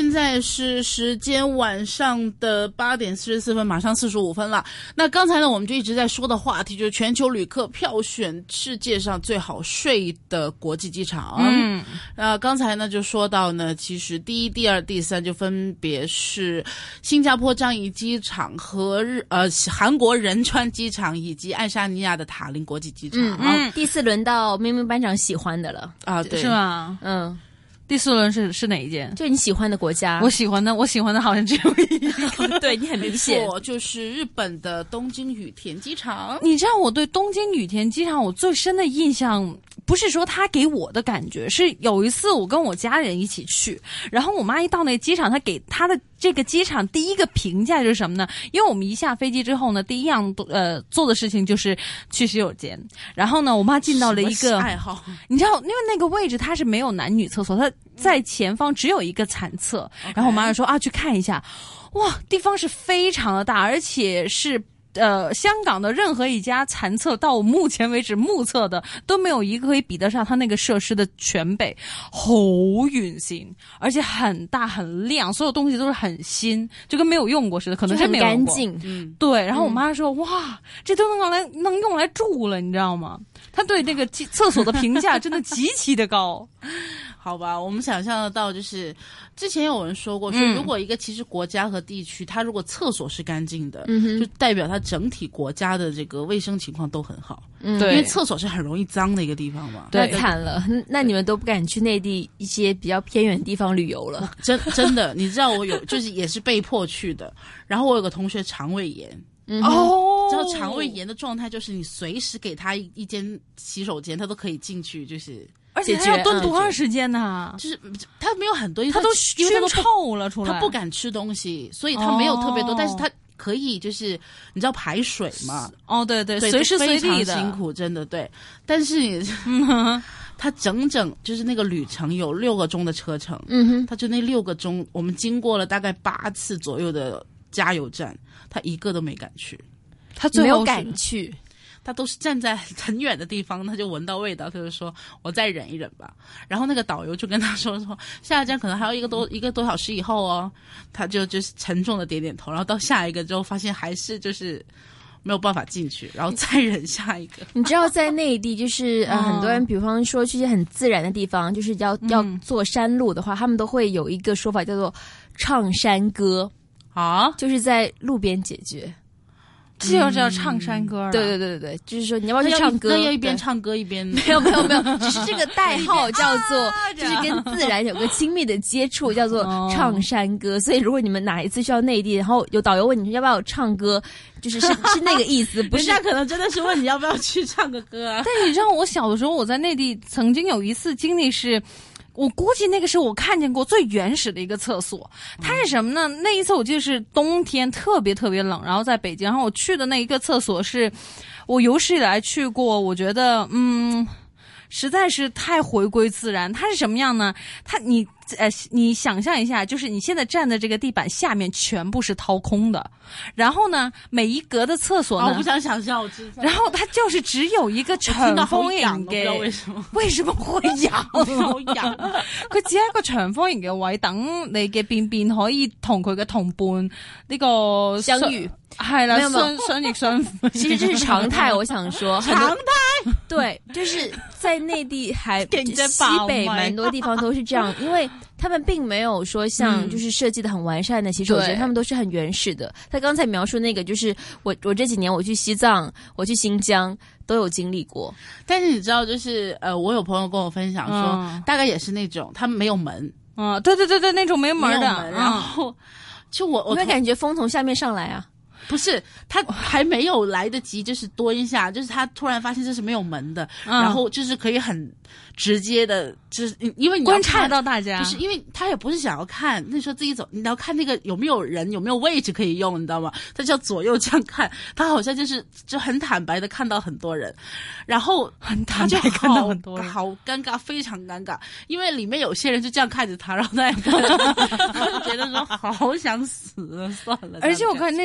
E: 现在是时间晚上的八点四十四分，马上四十五分了。那刚才呢，我们就一直在说的话题就是全球旅客票选世界上最好睡的国际机场。嗯，呃，刚才呢就说到呢，其实第一、第二、第三就分别是新加坡樟宜机场和日呃韩国仁川机场以及爱沙尼亚的塔林国际机场。
G: 嗯嗯，第四轮到明明班长喜欢的了
E: 啊，对，
F: 是吗？
G: 嗯。
F: 第四轮是是哪一件？
G: 就你喜欢的国家。
F: 我喜欢的，我喜欢的好像只有一个。
G: 对，你很明显，
E: 就是日本的东京羽田机场。
F: 你知道我对东京羽田机场我最深的印象，不是说他给我的感觉，是有一次我跟我家人一起去，然后我妈一到那个机场，她给她的这个机场第一个评价就是什么呢？因为我们一下飞机之后呢，第一样呃做的事情就是去洗手间，然后呢，我妈进到了一个
E: 爱好，
F: 你知道，因为那个位置它是没有男女厕所，它在前方只有一个残厕，嗯、然后我妈就说啊，去看一下，哇，地方是非常的大，而且是。呃，香港的任何一家残厕到我目前为止目测的都没有一个可以比得上它那个设施的全备，好远新，而且很大很亮，所有东西都是很新，就跟没有用过似的，可能是没有用过。
G: 很干净，
F: 嗯，对。然后我妈说：“嗯、哇，这都能用来能用来住了，你知道吗？”她对这个厕所的评价真的极其的高。
E: 好吧，我们想象得到，就是之前有人说过，说如果一个其实国家和地区，它如果厕所是干净的，
G: 嗯、
E: 就代表它整体国家的这个卫生情况都很好。
G: 嗯，
E: 因为厕所是很容易脏的一个地方嘛。
G: 对，惨了，那你们都不敢去内地一些比较偏远地方旅游了。
E: 真真的，你知道我有，就是也是被迫去的。然后我有个同学肠胃炎。
G: 嗯、
E: 哦，知道肠胃炎的状态就是你随时给他一一间洗手间，他都可以进去，就是。
F: 而且他要蹲多长时间呢？
E: 就是他没有很多，
F: 他都熏臭了出来，
E: 他不敢吃东西，所以他没有特别多，
F: 哦、
E: 但是他可以就是你知道排水嘛？
F: 哦，对对，
E: 对
F: 随时随地
E: 的，辛苦真的对。但是你，嗯、他整整就是那个旅程有六个钟的车程，
G: 嗯哼，
E: 他就那六个钟，我们经过了大概八次左右的加油站，他一个都没敢去，
G: 他最后没有敢去。
E: 他都是站在很远的地方，他就闻到味道，他就说我再忍一忍吧。然后那个导游就跟他说说下一站可能还要一个多一个多小时以后哦，他就就是沉重的点点头。然后到下一个之后发现还是就是没有办法进去，然后再忍下一个。
G: 你知道在内地就是呃、哦、很多人比方说去一些很自然的地方，就是要、嗯、要坐山路的话，他们都会有一个说法叫做唱山歌
E: 啊，
G: 就是在路边解决。
F: 这就叫唱山歌了、
G: 嗯，对对对对对，就是说你要不要去唱歌？
E: 那要一边唱歌一边
G: 没有没有没有，只是这个代号叫做，啊、就是跟自然有个亲密的接触，叫做唱山歌。哦、所以如果你们哪一次去到内地，然后有导游问你说要不要唱歌，就是是是那个意思，不是
E: 人家可能真的是问你要不要去唱个歌啊。
F: 但你知道我小的时候我在内地曾经有一次经历是。我估计那个是我看见过最原始的一个厕所，它是什么呢？那一次我记得是冬天，特别特别冷，然后在北京，然后我去的那一个厕所是我有史以来去过，我觉得嗯，实在是太回归自然。它是什么样呢？它你呃，你想象一下，就是你现在站的这个地板下面全部是掏空的，然后呢，每一格的厕所呢，
E: 哦、我不想想象，我知道。
F: 然后它就是只有一个長方形嘅，
E: 為什麼？
F: 為什麼會癢？
E: 好癢！
F: 佢只係一個長方形嘅位，等你嘅便便可以同佢嘅同伴呢個
G: 相遇。
F: 係啦，雙雙翼相扶。
G: 其實這是常態，我想說
E: 常態。
G: 對，就是在內地還西北蠻多地方都是這樣，因為他們並沒有說像就是設計的很完善的洗手間，嗯、他們都是很原始的。他剛才描述那個，就是我我這幾年我去西藏，我去新疆都有經歷過。
E: 但是你知道，就是呃，我有朋友跟我分享說，嗯、大概也是那種，他們沒有門。
F: 嗯，對對對對，那種沒門的。
E: 門然後就我我
G: 會感覺風從下面上來啊。
E: 不是，他還沒有來得及，就是蹲一下，就是他突然發現這是沒有門的，嗯、然後就是可以很直接的，就是因為你要
F: 觀察到大家，
E: 不是因為他也不是想要看，那時候自己走，你要看那個有沒有人，有沒有位置可以用，你知道嗎？他就要左右這樣看，他好像就是就很坦白的看到很多人，然後
F: 很坦白看到很多人，
E: 好尷尬，非常尷尬，因為裡面有些人就這樣看着他，然後他他就覺得說好想死了，算了。
F: 而且我看那種去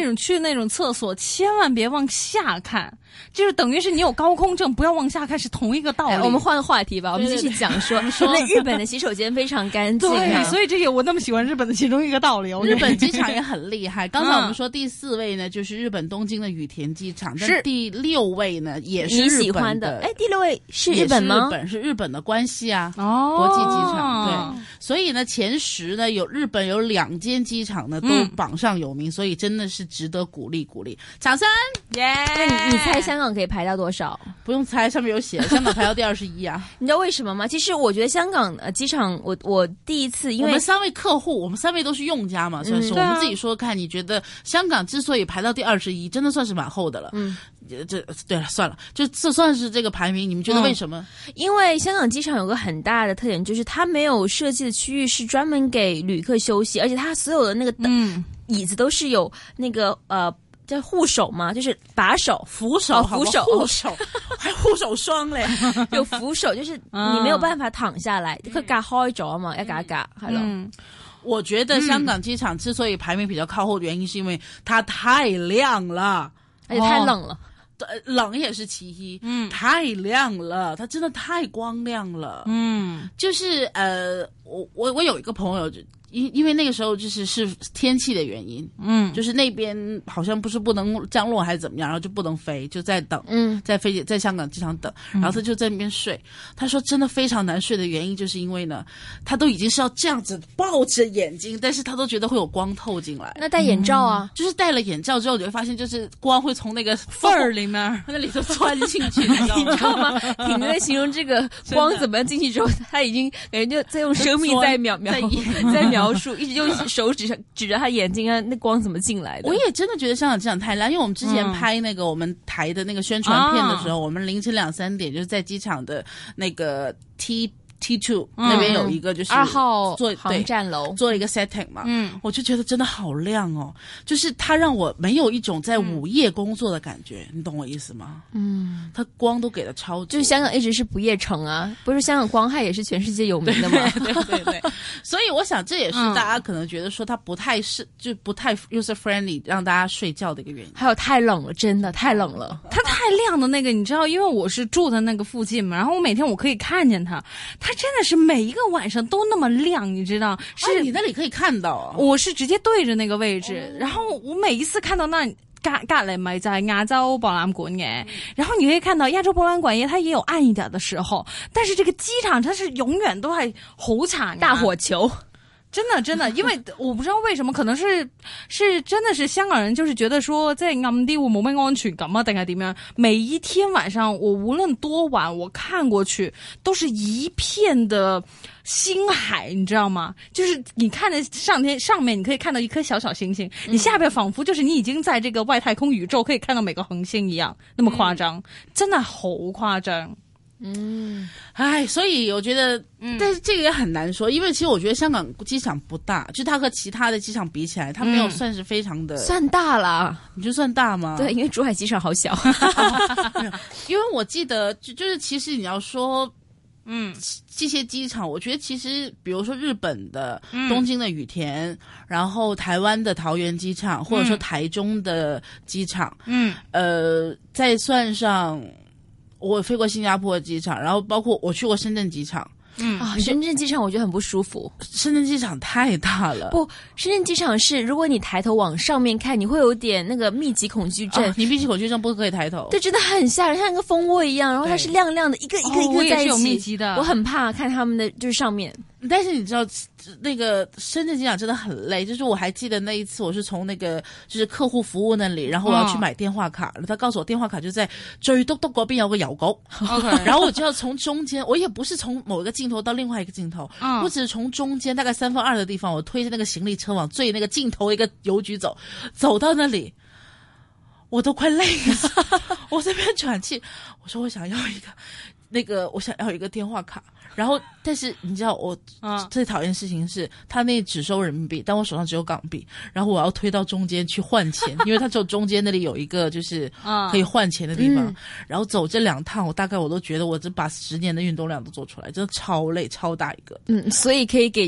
F: 那种厕所千万别往下看，就是等于是你有高空症，不要往下看，是同一个道理。
G: 哎、我们换个话题吧，我们继续讲说，那日本的洗手间非常干净、啊，
F: 对，所以这也我那么喜欢日本的其中一个道理。
E: 日本机场也很厉害。刚才我们说第四位呢，就是日本东京的羽田机场，
F: 是
E: 但第六位呢也是
G: 你
E: 日
G: 喜欢
E: 的。
G: 哎，第六位是日本吗？
E: 日本是日本的关系啊，
F: 哦，
E: 国际机场对，所以呢前十呢有日本有两间机场呢都榜上有名，嗯、所以真的是值得鼓励鼓励，掌声！
F: 耶、yeah ！
G: 那你你猜香港可以排到多少？
E: 不用猜，上面有写，香港排到第二十一啊。
G: 你知道为什么吗？其实我觉得香港呃机场，我我第一次因为
E: 我们三位客户，我们三位都是用家嘛，算是、嗯、我们自己说看，你觉得香港之所以排到第二十一，真的算是蛮厚的了。嗯。这对了，算了，就这算是这个排名，你们觉得为什么？
G: 嗯、因为香港机场有个很大的特点，就是它没有设计的区域是专门给旅客休息，而且它所有的那个嗯椅子都是有那个呃叫护手嘛，就是把手、
E: 扶手、
G: 哦、扶手、
E: 护手，还护手霜嘞，
G: 有扶手，就是你没有辦法躺下來，佢隔開咗嘛，一格一格，係咯。
E: 嗯我覺得香港機場之所以排名比較靠後的原因，是因為它太亮了，
G: 而且太冷了。
E: 哦冷也是其一，嗯，太亮了，它真的太光亮了，嗯，就是呃，我我我有一个朋友，因因为那个时候就是是天气的原因，嗯，就是那边好像不是不能降落还是怎么样，然后就不能飞，就在等，嗯，在飞机在香港机场等，然后他就在那边睡，他说真的非常难睡的原因就是因为呢，他都已经是要这样子抱着眼睛，但是他都觉得会有光透进来，
G: 那戴眼罩啊，
E: 嗯、就是戴了眼罩之后，你会发现就是光会从那个缝儿里面那里头钻进去，你知道吗？
G: 你知道吗？你在形容这个光怎么样进去之后，他已经感觉就在用生命在描描在描述，一直用手指上指着他眼睛啊，那光怎么进来的？
E: 我也真的觉得香港机场太亮，因为我们之前拍那个我们台的那个宣传片的时候，嗯、我们凌晨两三点就是在机场的那个 T。T two、嗯、那边有一个就是
G: 二号
E: 做
G: 航站楼
E: 做一个 setting 嘛，嗯，我就觉得真的好亮哦，就是它让我没有一种在午夜工作的感觉，嗯、你懂我意思吗？嗯，它光都给的超足，
G: 就是香港一直是不夜城啊，不是香港光害也是全世界有名的嘛，
E: 对对对对，所以我想这也是大家可能觉得说它不太是就不太 user friendly 让大家睡觉的一个原因，
G: 还有太冷了，真的太冷了，
F: 它太亮的那个你知道，因为我是住在那个附近嘛，然后我每天我可以看见它，它真的是每一个晚上都那么亮，你知道？是、
E: 啊、你那里可以看到、啊，
F: 我是直接对着那个位置，哦、然后我每一次看到那隔隔籬咪就係亞洲博覽館嘅，然後你可以看到亞洲博覽館也它也有暗一點的時候，但是這個機場它是永遠都係好殘
G: 大火球。
F: 真的真的，因為我不知道為什麼，可能是是真的是香港人就是覺得說即係暗啲會冇咩安全感啊，定係點樣？每一天晚上我無論多晚，我看過去都是一片的星海，你知道嗎？就是你看着上天上面你可以看到一顆小小星星，你下邊仿佛就是你已經在這個外太空宇宙可以看到每個恆星一樣，那麼誇張，真的好誇張。
E: 嗯，哎，所以我覺得，嗯，但是這個也很難說，因為其實我覺得香港機場不大，就它和其他的機場比起來，它沒有算是非常的、
G: 嗯、算大啦。
E: 你就算大嗎？
G: 對，因為珠海機場好小。
E: 因為我記得，就就是其實你要說，嗯，這些機場，我覺得其實，比如說日本的東京的羽田，嗯、然後台灣的桃園機場，或者說台中的機場，嗯，呃，再算上。我飛過新加坡的機場，然後包括我去過深圳機場。
G: 嗯啊，深圳機場我覺得很不舒服。
E: 深圳機場太大了。
G: 不，深圳機場是如果你抬頭往上面看，你會有點那個密集恐懼症。
E: 啊、你密集恐懼症不可以抬頭。
G: 對，真的很嚇人，像一個蜂窩一樣，然後它是亮亮的，一個一個一個在一起。哦、我也是有密集的。我很怕看他們的就是上面。
E: 但是你知道那個深圳機場真的很累，就是我還記得那一次我是從那個就是客戶服務那裡，然後我要去買電話卡，然後他告訴我電話卡就在最篤篤嗰邊有個郵局，okay. 然後我就要從中間，我也不是從某一個鏡頭到另外一個鏡頭，嗯、我只是從中間大概三分二的地方，我推着那個行李車往最那個盡頭一個郵局走，走到那裡我都快累死，我這邊喘氣，我說我想要一個那個我想要一個電話卡。然後，但是你知道我最討厭的事情是，他那只收人民幣，但我手上只有港幣，然後我要推到中間去換錢，因為他只有中間那裡有一個就是可以換錢的地方。嗯、然後走這兩趟，我大概我都覺得我只把十年的運動量都做出來，真的超累，超大一個。
G: 嗯，所以可以給就是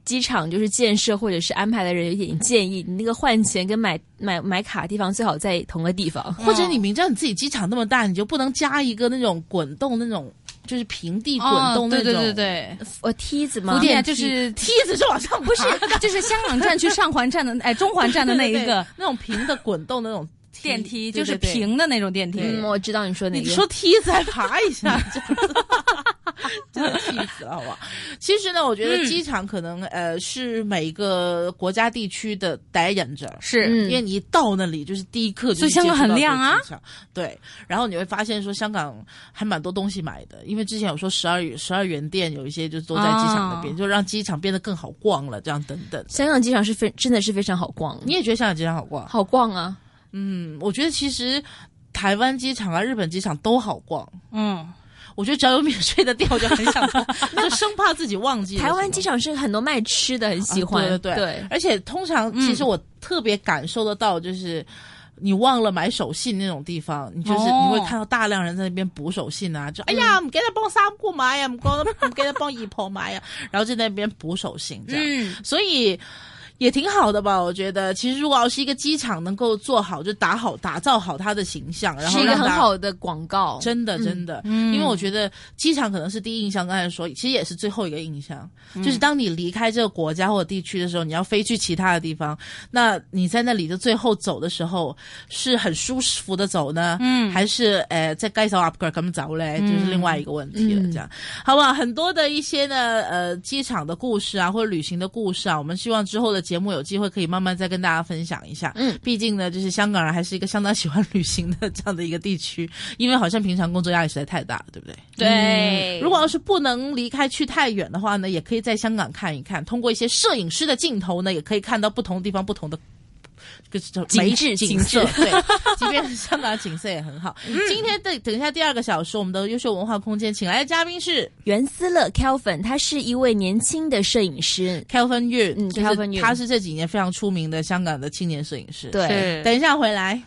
G: 机场就是建设或者是安排的人有点建议，你那个换钱跟买买买卡的地方最好在同个地方，
E: 或者你明知道你自己机场那么大，你就不能加一个那种滚动那种。就是平地滚动那种，
F: 哦、对对对对，
G: 呃梯子吗？
F: 不对，就是
E: 梯子是往上，
F: 不是，就是香港站去上环站的，哎，中环站的那一个
E: 对对对那种平的滚动的那种
F: 电梯，
E: 对对对
F: 就是平的那种电梯。
G: 嗯，我知道你说哪个。
E: 你说梯子还爬一下，真的气死了，好不好？其实呢，我觉得机场可能、嗯、呃是每个国家地区的第一忍者，
F: 是、
E: 嗯、因为你一到那里就是第一刻就
F: 所以香港很亮啊。
E: 对，然后你会发现说香港还蛮多东西买的，因为之前有说十二十二元店有一些就都在机场那边，啊、就让机场变得更好逛了，这样等等。
G: 香港机场是非真的是非常好逛，
E: 你也觉得香港机场好逛？
G: 好逛啊，
E: 嗯，我觉得其实台湾机场啊、日本机场都好逛，
F: 嗯。
E: 我觉得只要有免税的店，我就很想逛，就生怕自己忘记了。
G: 台湾机场是很多卖吃的，很喜欢。
E: 啊、对对
G: 对,
E: 对，而且通常其实我特别感受得到，就是你忘了买手信那种地方，你就是你会看到大量人在那边补手信啊，就、嗯、哎呀，唔記得幫三姑買呀，唔唔記得幫二婆買呀，然後在那邊補手信這樣，嗯，所以。也挺好的吧，我覺得。其實如果要是一個機場能夠做好，就打好、打造好它的形象，然後
G: 是一個很好的廣告。
E: 真的，真的，
F: 嗯、
E: 因為我覺得機場可能是第一印象，剛才說，其實也是最後一個印象。嗯、就是當你離開這個國家或者地區的時候，你要飛去其他的地方，那你在那裡的最後走的時候，是很舒服的走呢，嗯，還是誒在街手 upgrade 咁走嘞，就是另外一個問題了。這樣，嗯、好不好？很多的一些呢，呃，機場的故事啊，或者旅行的故事啊，我們希望之後的節目有機會可以慢慢再跟大家分享一下。嗯，畢竟呢，就是香港人還是一個相當喜歡旅行的這樣的一個地區，因為好像平常工作壓力實在太大了，對不對？
G: 對、
E: 嗯。如果要是不能離開去太遠的話呢，也可以在香港看一看，通過一些攝影師的鏡頭呢，也可以看到不同地方不同的
G: 景致
E: 景色。對，即便是香港的景色也很好。嗯、今天的等一下第二個小時，我們的優秀文化空間請來的嘉賓是
G: 袁思樂 Kelvin， 他是一位年輕的攝影師
E: Kelvin Yuen，
G: 嗯
E: ，Kelvin Yuen，他是這幾年非常出名的香港的青年攝影師。
G: 對，
E: 等一下回來。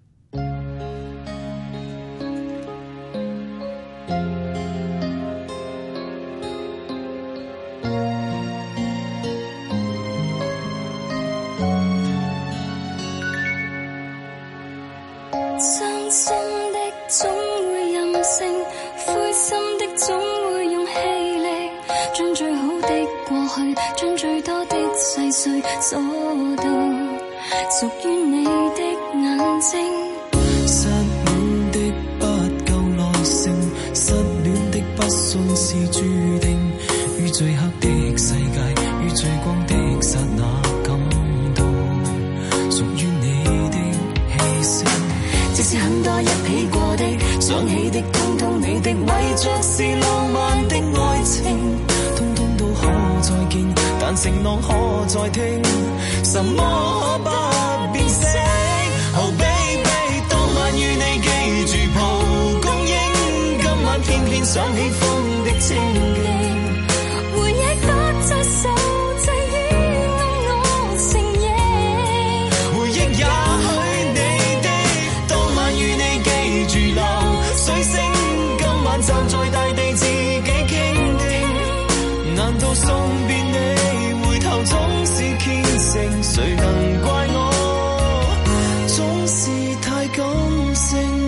D: 傷心的總會任性，灰心的總會用氣力，將最好的過去，將最多的細碎鎖到屬於你的眼睛。
Q: 失戀的不夠耐性，失戀的不信是注定，於最黑的世界，於最光的剎那感到屬於你的氣息。即使很多一起過的，想起的，通通你的，為着是浪漫的愛情，通通都可再見，但承諾可再聽，什麼不變色。Oh baby， 當晚與你記住蒲公英，今晚偏偏想起風的清勁，
D: 回憶不再受制於我承認，
Q: 回憶也許你的，當晚與你記住流水聲，今晚站在大地自己傾聽，難道送別你，回頭總是虔誠，誰能怪我總是太感性。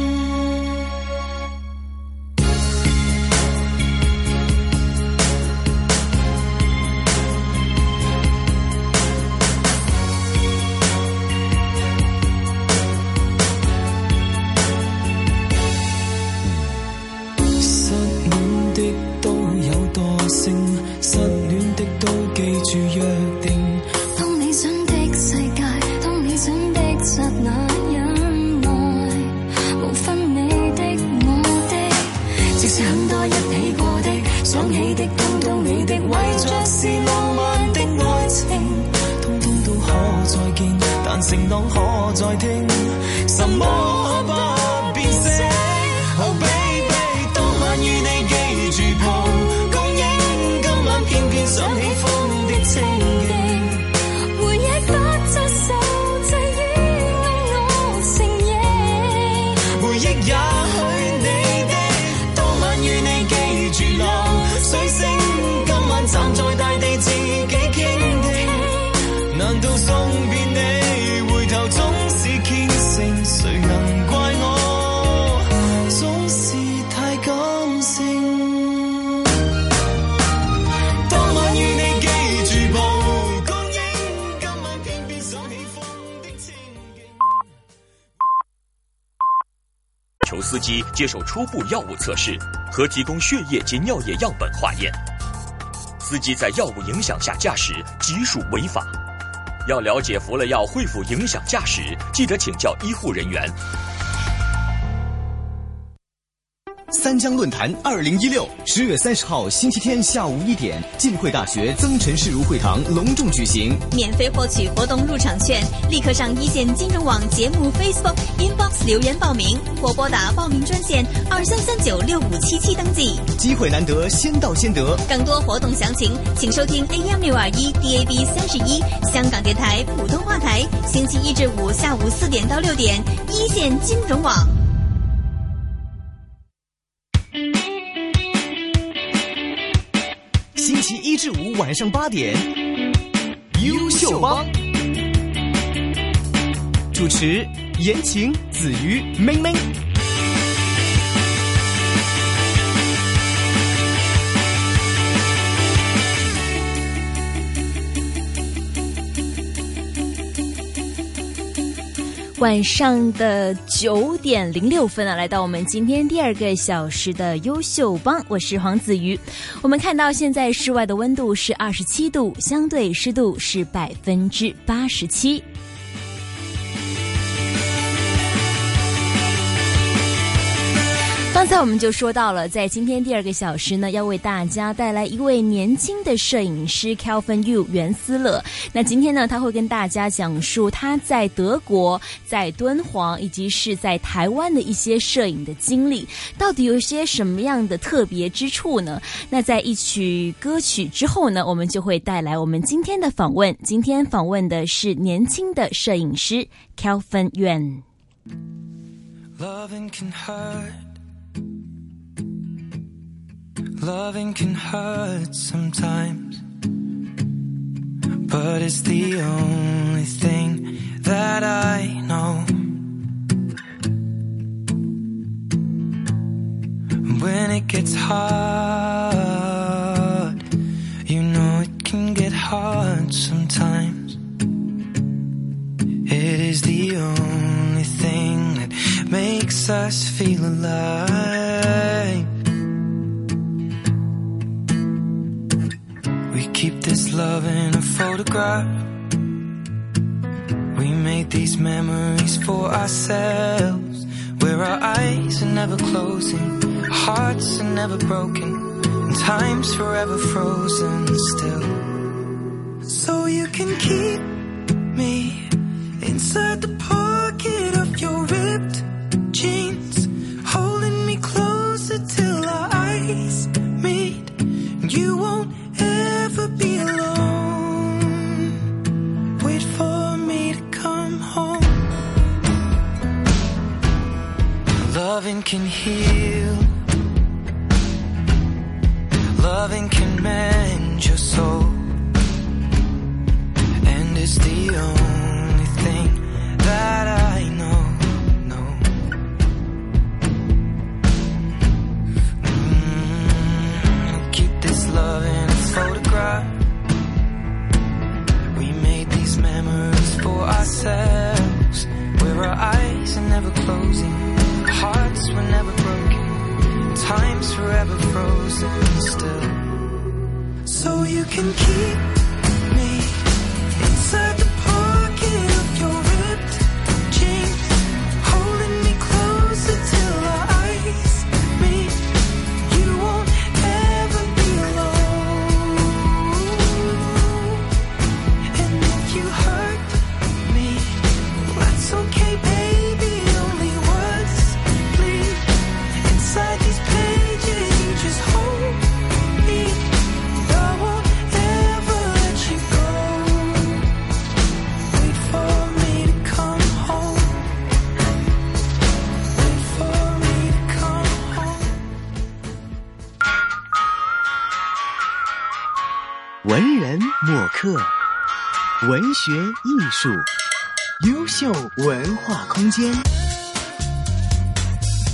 Q: 失戀的都記住約定，
D: 當理想的世界，當理想的剎那，忍耐無分你的我的，即使很多一起過的，想起的，通通你的，為着是浪漫的愛情，
Q: 通通都可再見，但承諾可再聽，什麼不變色。Oh baby， 當晚與你記住蒲公英，今晚偏偏想起風的清勁，
D: 回憶不再受制於我承認，
Q: 回憶也許你的，當晚與你記住流水聲，今晚站在大地自己
R: 酬司机接受初步药物测试和提供血液及尿液样本化验。司机在药物影响下驾驶即属违法。要了解服了药会否影响驾驶，记得请教医护人员。
A: 三江论坛二零一六十月三十号星期天下午一点，浸会大学曾陈世儒会堂隆重举行。
S: 免费获取活动入场券，立刻上一线金融网节目 Facebook Inbox 留言报名，或拨打报名专线二三三九六五七七登记。
A: 机会难得，先到先得。
S: 更多活动详情，请收听 A M 六二一 D A B 三十一香港电台普通话台，星期一至五下午四点到六点，一线金融网。
A: 星期一至五晚上八点，优秀帮主持言情、子瑜、妹妹。
G: 晚上的九点零六分啊，来到我们今天第二个小时的优秀帮，我是黄子瑜。我们看到现在室外的温度是二十七度，相对湿度是百分之八十七。刚才我们就说到了，在今天第二个小时呢，要为大家带来一位年轻的摄影师 Kelvin Yu 袁思乐。那今天呢，他会跟大家讲述他在德国、在敦煌以及是在台湾的一些摄影的经历，到底有一些什么样的特别之处呢？那在一曲歌曲之后呢，我们就会带来我们今天的访问。今天访问的是年轻的摄影师 Kelvin Yu。
H: Loving can hurt. Loving can hurt sometimes, but it's the only thing that I know. When it gets hard, you know it can get hard sometimes. It is the only thing that makes us feel alive. We keep this love in a photograph. We made these memories for ourselves, where our eyes are never closing, our hearts are never broken, and time's forever frozen still. So you can keep me inside the pocket of your ripped jeans, holding me closer till our eyes meet. You won't ever be alone. Wait for me to come home. Loving can heal. Loving can mend your soul. And it's the only thing that I know. Love in a photograph. We made these memories for ourselves, where our eyes are never closing, our hearts were never broken, time's forever frozen still. So you can keep me inside the pocket of your ripped jeans, holding me closer till our eyes meet. You won't ever be alone. And if you hurt me, that's okay, baby. Only words bleed inside these pages. You just hold me. I won't ever let you go. Wait for me to come home. Wait for me to come home.
A: 文人墨客，文学艺术，优秀文化空间。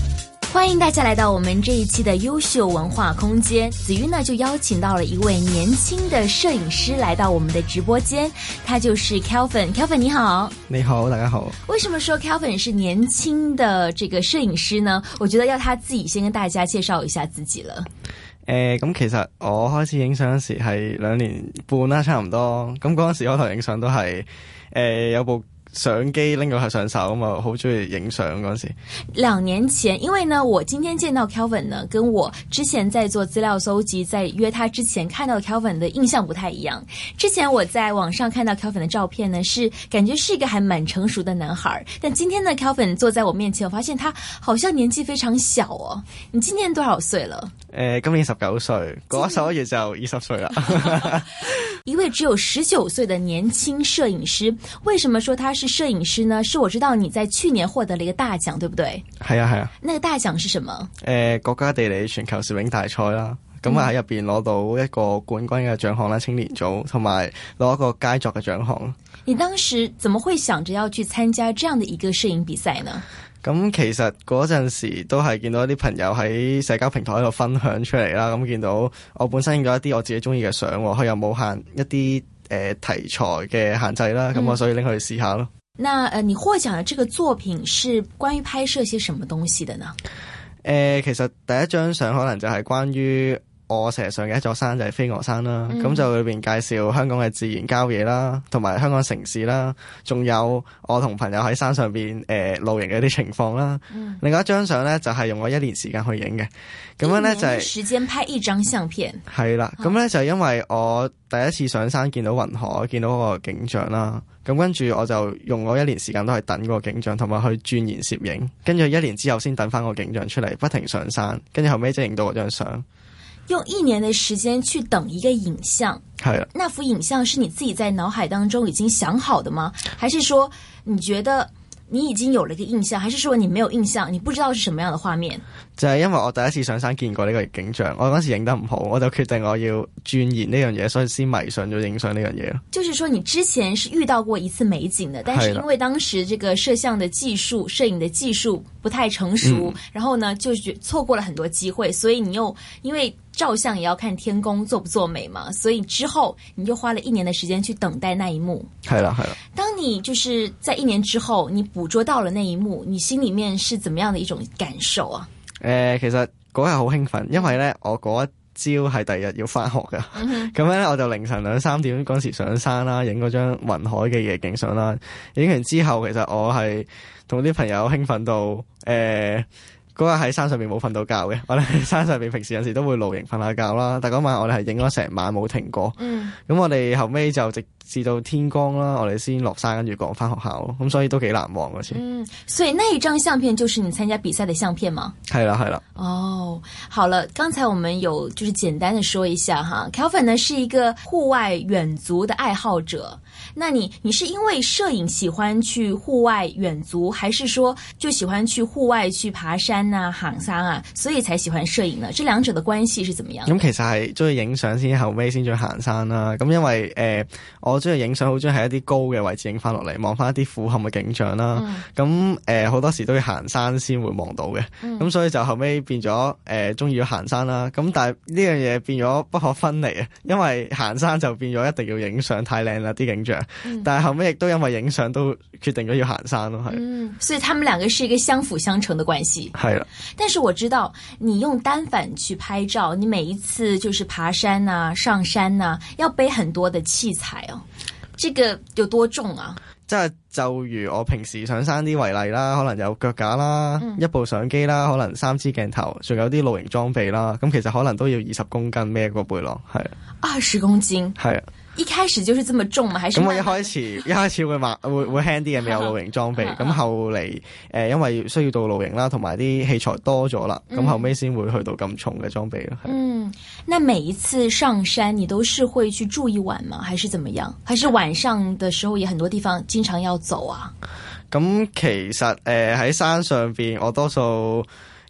G: 欢迎大家来到我们这一期的优秀文化空间。子瑜呢就邀请到了一位年轻的摄影师来到我们的直播间，他就是 Kelvin。Kelvin 你好。
T: 你好，大家好。
G: 为什麼說 Kelvin 是年輕的這個攝影師呢？我覺得要他自己先跟大家介紹一下自己了。
T: 誒，咁其實我開始影相嗰時係兩年半啦，差唔多。咁嗰陣時開頭影相都係誒有部相機拎到係上手咁啊，好中意影相嗰時。
G: 兩年前，因為呢，我今天見到 Kelvin 呢，跟我之前在做資料搜集，在約他之前看到 Kelvin 的印象不太一樣。之前我在網上看到 Kelvin 的照片呢，是感覺是一個還蠻成熟的男孩。但今天呢 Kelvin 坐在我面前，我發現他好像年紀非常小哦。你今年多少歲了？
T: 誒、呃，今年十九歲，過咗十一月就二十歲啦。
G: 一位只有十九歲的年輕攝影師，為什麼說他是攝影師呢？是我知道你在去年獲得了一個大獎，對不對？
T: 係啊係啊。
G: 那個大獎是什麼？
T: 誒、呃，國家地理全球攝影大賽啦，咁啊喺入邊攞到一個冠軍嘅獎項啦，青年組，同埋攞一個佳作嘅獎項。
G: 你當時怎麼會想着要去參加這樣的一個攝影比賽呢？
T: 咁其實嗰陣時都係見到一啲朋友喺社交平台喺度分享出嚟啦，咁見到我本身影咗一啲我自己中意嘅相，佢又冇限一啲誒、呃、題材嘅限制啦，咁、嗯、我所以拎佢去試下咯。
G: 那呃，你獲獎嘅這個作品是關於拍攝些什麼東西的呢？
T: 誒、呃，其實第一張相可能就係關於我成日上嘅一座山，就係飛鵝山啦，咁、嗯、就裏邊介紹香港嘅自然郊野啦，同埋香港城市啦，仲有我同朋友喺山上邊誒、呃、露營嘅一啲情況啦、嗯。另外一張相咧就係、是、用我一年時間去影嘅，咁樣咧就係、是、
G: 時間拍一張相片。
T: 係啦，咁咧就係因為我第一次上山見到雲海，見到嗰個景象啦，咁跟住我就用我一年時間都係等嗰個景象，同埋去鑽研攝影，跟住一年之後先等翻個景象出嚟，不停上山，跟住後尾即係影到嗰張相。
G: 用一年的時間去等一個影像，
T: 係啦。
G: 那幅影像是你自己在腦海當中已經想好的嗎？還是說你覺得你已經有了一個印象，還是說你沒有印象，你不知道是什麼樣的畫面？
T: 就係、是、因為我第一次上山見過呢個景象，我嗰時影得唔好，我就決定我要鑽研呢樣嘢，所以先迷上咗影相呢樣嘢咯。
G: 就是說你之前是遇到過一次美景的，但是因為當時這個攝像的技術、攝影的技術不太成熟、嗯，然後呢就錯過了很多機會，所以你又因為照相也要看天公做不做美嘛，所以之後你就花了一年的時間去等待那一幕。
T: 係啦係啦。
G: 當你就是在一年之後，你捕捉到了那一幕，你心裏面是怎麼樣的一種感受啊？
T: 誒、呃，其實嗰日好興奮，因為咧我嗰一朝係第二日要翻學噶，咁、嗯、樣咧我就凌晨兩三點嗰時上山啦，影嗰張雲海嘅夜景相啦。影完之後，其實我係同啲朋友興奮到誒。呃嗰日喺山上面冇瞓到覺嘅，我哋喺山上面平時有時都會露營瞓下覺啦，但嗰晚我哋係影咗成晚冇停過。嗯，咁我哋後尾就直至到天光啦，我哋先落山跟住趕翻學校咯，咁所以都幾難忘嗰次。嗯，
G: 所以那一張相片就是你參加比賽的相片嗎？
T: 係啦係啦。
G: 哦，好了，剛才我們有就是簡單的說一下哈 ，Kelvin 呢是一個戶外遠足的愛好者。那你你是因為攝影喜歡去戶外遠足，還是說就喜歡去戶外去爬山啊、行山啊，所以才喜歡攝影呢？這兩者的關係是怎麼樣？咁
T: 其實係中意影相先，後尾先再行山啦。咁因為誒、呃，我中意影相，好中意喺一啲高嘅位置影翻落嚟，望翻一啲俯瞰嘅景象啦。咁誒好多時都要行山先會望到嘅。咁、嗯、所以就後尾變咗誒中意咗行山啦。咁但係呢樣嘢變咗不可分離啊，因為行山就變咗一定要影相，太靚啦啲景象。嗯、但係後尾亦都因為影相都決定咗要行山咯，係。嗯，
G: 所以他們兩個是一個相輔相成的關係。
T: 係啦。
G: 但是我知道你用單反去拍照，你每一次就是爬山啊、上山啊，要背很多的器材哦。這個有多重啊？
T: 即係就如我平時上山啲為例啦，可能有腳架啦、嗯、一部相機啦，可能三支鏡頭，仲有啲露營裝備啦。咁其實可能都要二十公斤孭個背囊，係。
G: 二十公斤。
T: 係啊。
G: 一開始就是這麼重嗎？還是慢慢？
T: 咁我一開始一開始會慢會會輕啲嘅，未有露營裝備。咁後嚟誒、呃，因為需要到露營啦，同埋啲器材多咗啦，咁、嗯、後尾先會去到咁重嘅裝備咯。嗯，
G: 那每一次上山，你都是會去住一晚嗎？還是怎麼樣？還是晚上的時候也很多地方經常要走啊？
T: 咁其實誒喺、呃、山上邊，我多數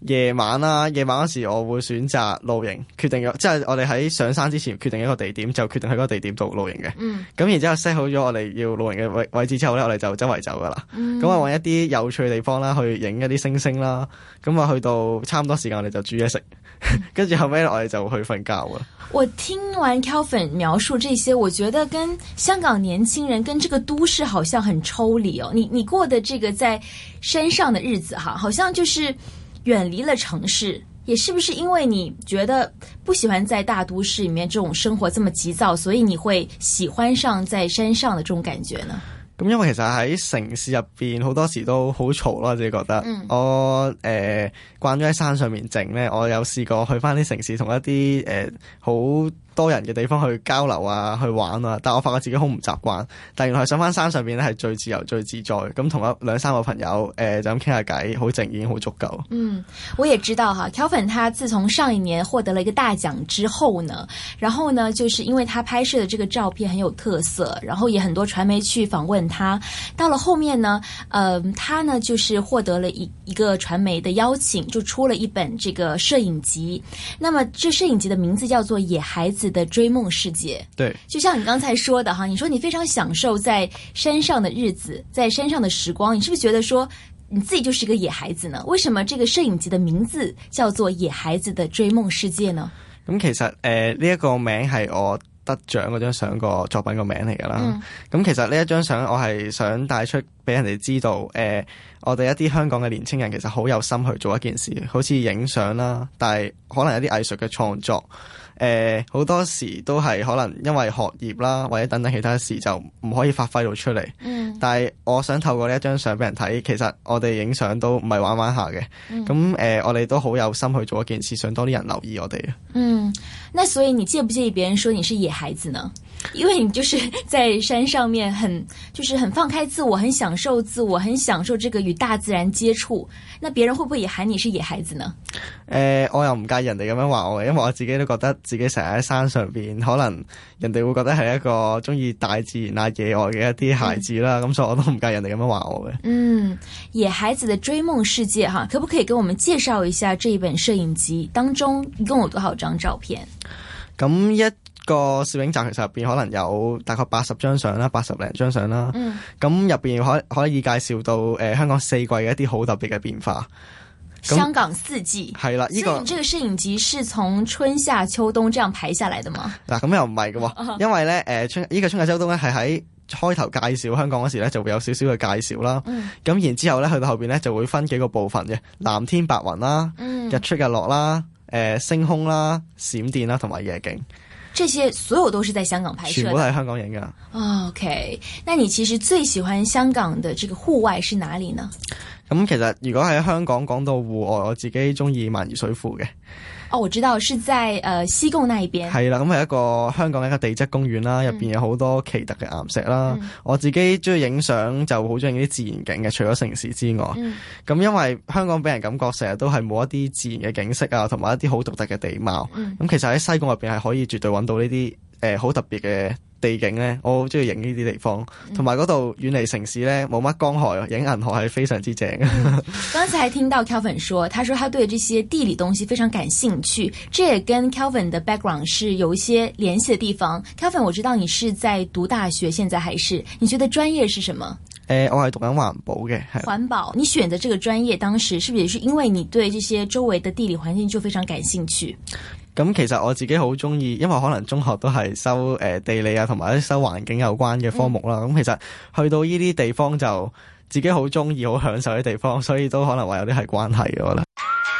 T: 夜晚啦，夜晚嗰時我會選擇露營，決定咗，即係我哋喺上山之前決定一個地點，就決定喺嗰個地點度露營嘅。嗯，咁然之後 set 好咗我哋要露營嘅位位置之後咧，我哋就周圍走噶啦。咁啊揾一啲有趣嘅地方啦，去影一啲星星啦。咁啊去到差唔多時間，我哋就煮嘢食，跟住後尾我哋就去瞓覺噶。
G: 我聽完 Calvin 描述這些，我覺得跟香港年輕人跟這個都市好像很抽離哦。你你過的這個在山上的日子哈，好像就是遠離了城市，也是不是因為你覺得不喜歡在大都市裡面這種生活這麼急躁，所以你會喜歡上在山上的這種感覺呢？
T: 咁因為其實喺城市入邊好多時都好嘈咯，我自己覺得。嗯、我誒、呃、慣咗喺山上面靜咧，我有試過去返啲城市同一啲誒好多人嘅地方去交流啊，去玩啊，但我發覺自己好唔習慣。但原來上返山上邊咧係最自由、最自在。咁同一兩三個朋友誒、呃、就咁傾下偈，好靜已經好足夠。
G: 嗯，我也知道哈 ，Calvin 他自從上一年獲得了一個大獎之後呢，然後呢，就是因為他拍攝的這個照片很有特色，然後也很多傳媒去訪問他。到了後面呢，呃，他呢就是獲得了一一個傳媒的邀請，就出了一本這個攝影集。那麼這攝影集的名字叫做《野孩子的追夢世界》。對，就像你剛才說的哈，你說你非常享受在山上的日子，在山上的時光，你是不是覺得說你自己就是一個野孩子呢？為什麼這個攝影集的名字叫做《野孩子的追夢世界》呢？
T: 咁其實誒呢一個名係我得獎嗰張相個作品個名嚟㗎啦。咁、嗯、其實呢一張相我係想帶出俾人哋知道，誒、呃、我哋一啲香港嘅年輕人其實好有心去做一件事，好似影相啦，但係可能有啲藝術嘅創作。誒好、呃、多時都係可能因為學業啦，或者等等其他事就唔可以發揮到出嚟。嗯，但係我想透過呢一張相俾人睇，其實我哋影相都唔係玩玩下嘅。咁誒、嗯呃，我哋都好有心去做一件事，想多啲人留意我哋。
G: 嗯，那所以你介不介意別人說你是野孩子呢？因為你就是在山上面很，就是很放開自我，很享受自我，很享受這個與大自然接觸。那別人會不會也喊你是野孩子呢？
T: 誒、呃，我又唔介意人哋咁樣話我嘅，因為我自己都覺得自己成日喺山上邊，可能人哋會覺得係一個中意大自然啊、野外嘅一啲孩子啦。咁、嗯、所以我都唔介意人哋咁樣話我嘅。嗯，
G: 野孩子的追夢世界哈，可不可以給我們介紹一下這一本攝影集當中一共有多少張照片？
T: 咁一個攝影集其實入邊可能有大概八十張相啦，八十零張相啦。嗯，咁入邊可可以介紹到誒、呃、香港四季嘅一啲好特別嘅變化。
G: 香港四季係啦，呢、這個所以你這個攝影集是從春夏秋冬這樣排下來的嗎？
T: 嗱，咁又唔係嘅，因為咧誒、呃、春呢、這個春夏秋冬咧係喺開頭介紹香港嗰時咧就會有少少嘅介紹啦。嗯，咁然之後咧去到後邊咧就會分幾個部分嘅，藍天白雲啦，嗯、日出日落啦，誒、呃、星空啦，閃電啦，同埋夜景。
G: 這些所有都是在香港拍攝的，
T: 全部都係香港影㗎。
G: OK，那你其實最喜歡香港的這個戶外是哪裡呢？
T: 咁其實如果喺香港講到戶外，我自己中意萬宜水庫嘅。
G: 哦，我知道是在誒、呃、西貢那一邊。係啦，咁係一個香港嘅一個地質公園啦，入邊有好多奇特嘅岩石啦。嗯、我自己中意影相，就好中意啲自然景嘅，除咗城市之外。咁、嗯、因為香港俾人感覺成日都係冇一啲自然嘅景色啊，同埋一啲好獨特嘅地貌。咁、嗯、其實喺西貢入邊係可以絕對揾到呢啲誒好特別嘅地景咧，我好中意影呢啲地方，同埋嗰度遠離城市咧，冇乜江河，影銀河係非常之正。 嗯、剛才聽到 Calvin 說，他說他對這些地理東西非常感興趣，這也跟 Calvin 的 background 是有一些聯繫的地方。Calvin，我知道你是在讀大學，現在還是？你覺得專業是什麼？
T: 誒、呃，我係讀緊環保嘅。
G: 環保，你選擇這個專業，當時是不是也是因為你對這些周圍的地理環境就非常感興趣？
T: 咁其實我自己好中意，因為可能中學都係修誒、呃、地理啊，同埋啲修環境有關嘅科目啦。咁、嗯、其實去到呢啲地方就自己好中意，好享受啲地方，所以都可能話有啲係關係嘅。我覺得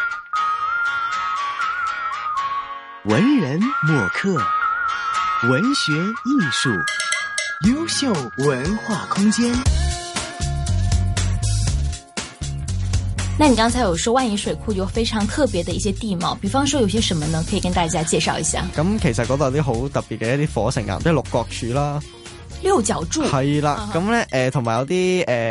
A: 文人墨客，文學藝術，優秀文化空間。
G: 那你剛才有說萬宜水庫有非常特別的一些地貌，比方說有些什麼呢？可以跟大家介紹一下。
T: 咁其實嗰度有啲好特別嘅一啲火成岩，即係六角柱啦。
G: 六角柱係
T: 啦，咁咧誒，同埋、呃、有啲誒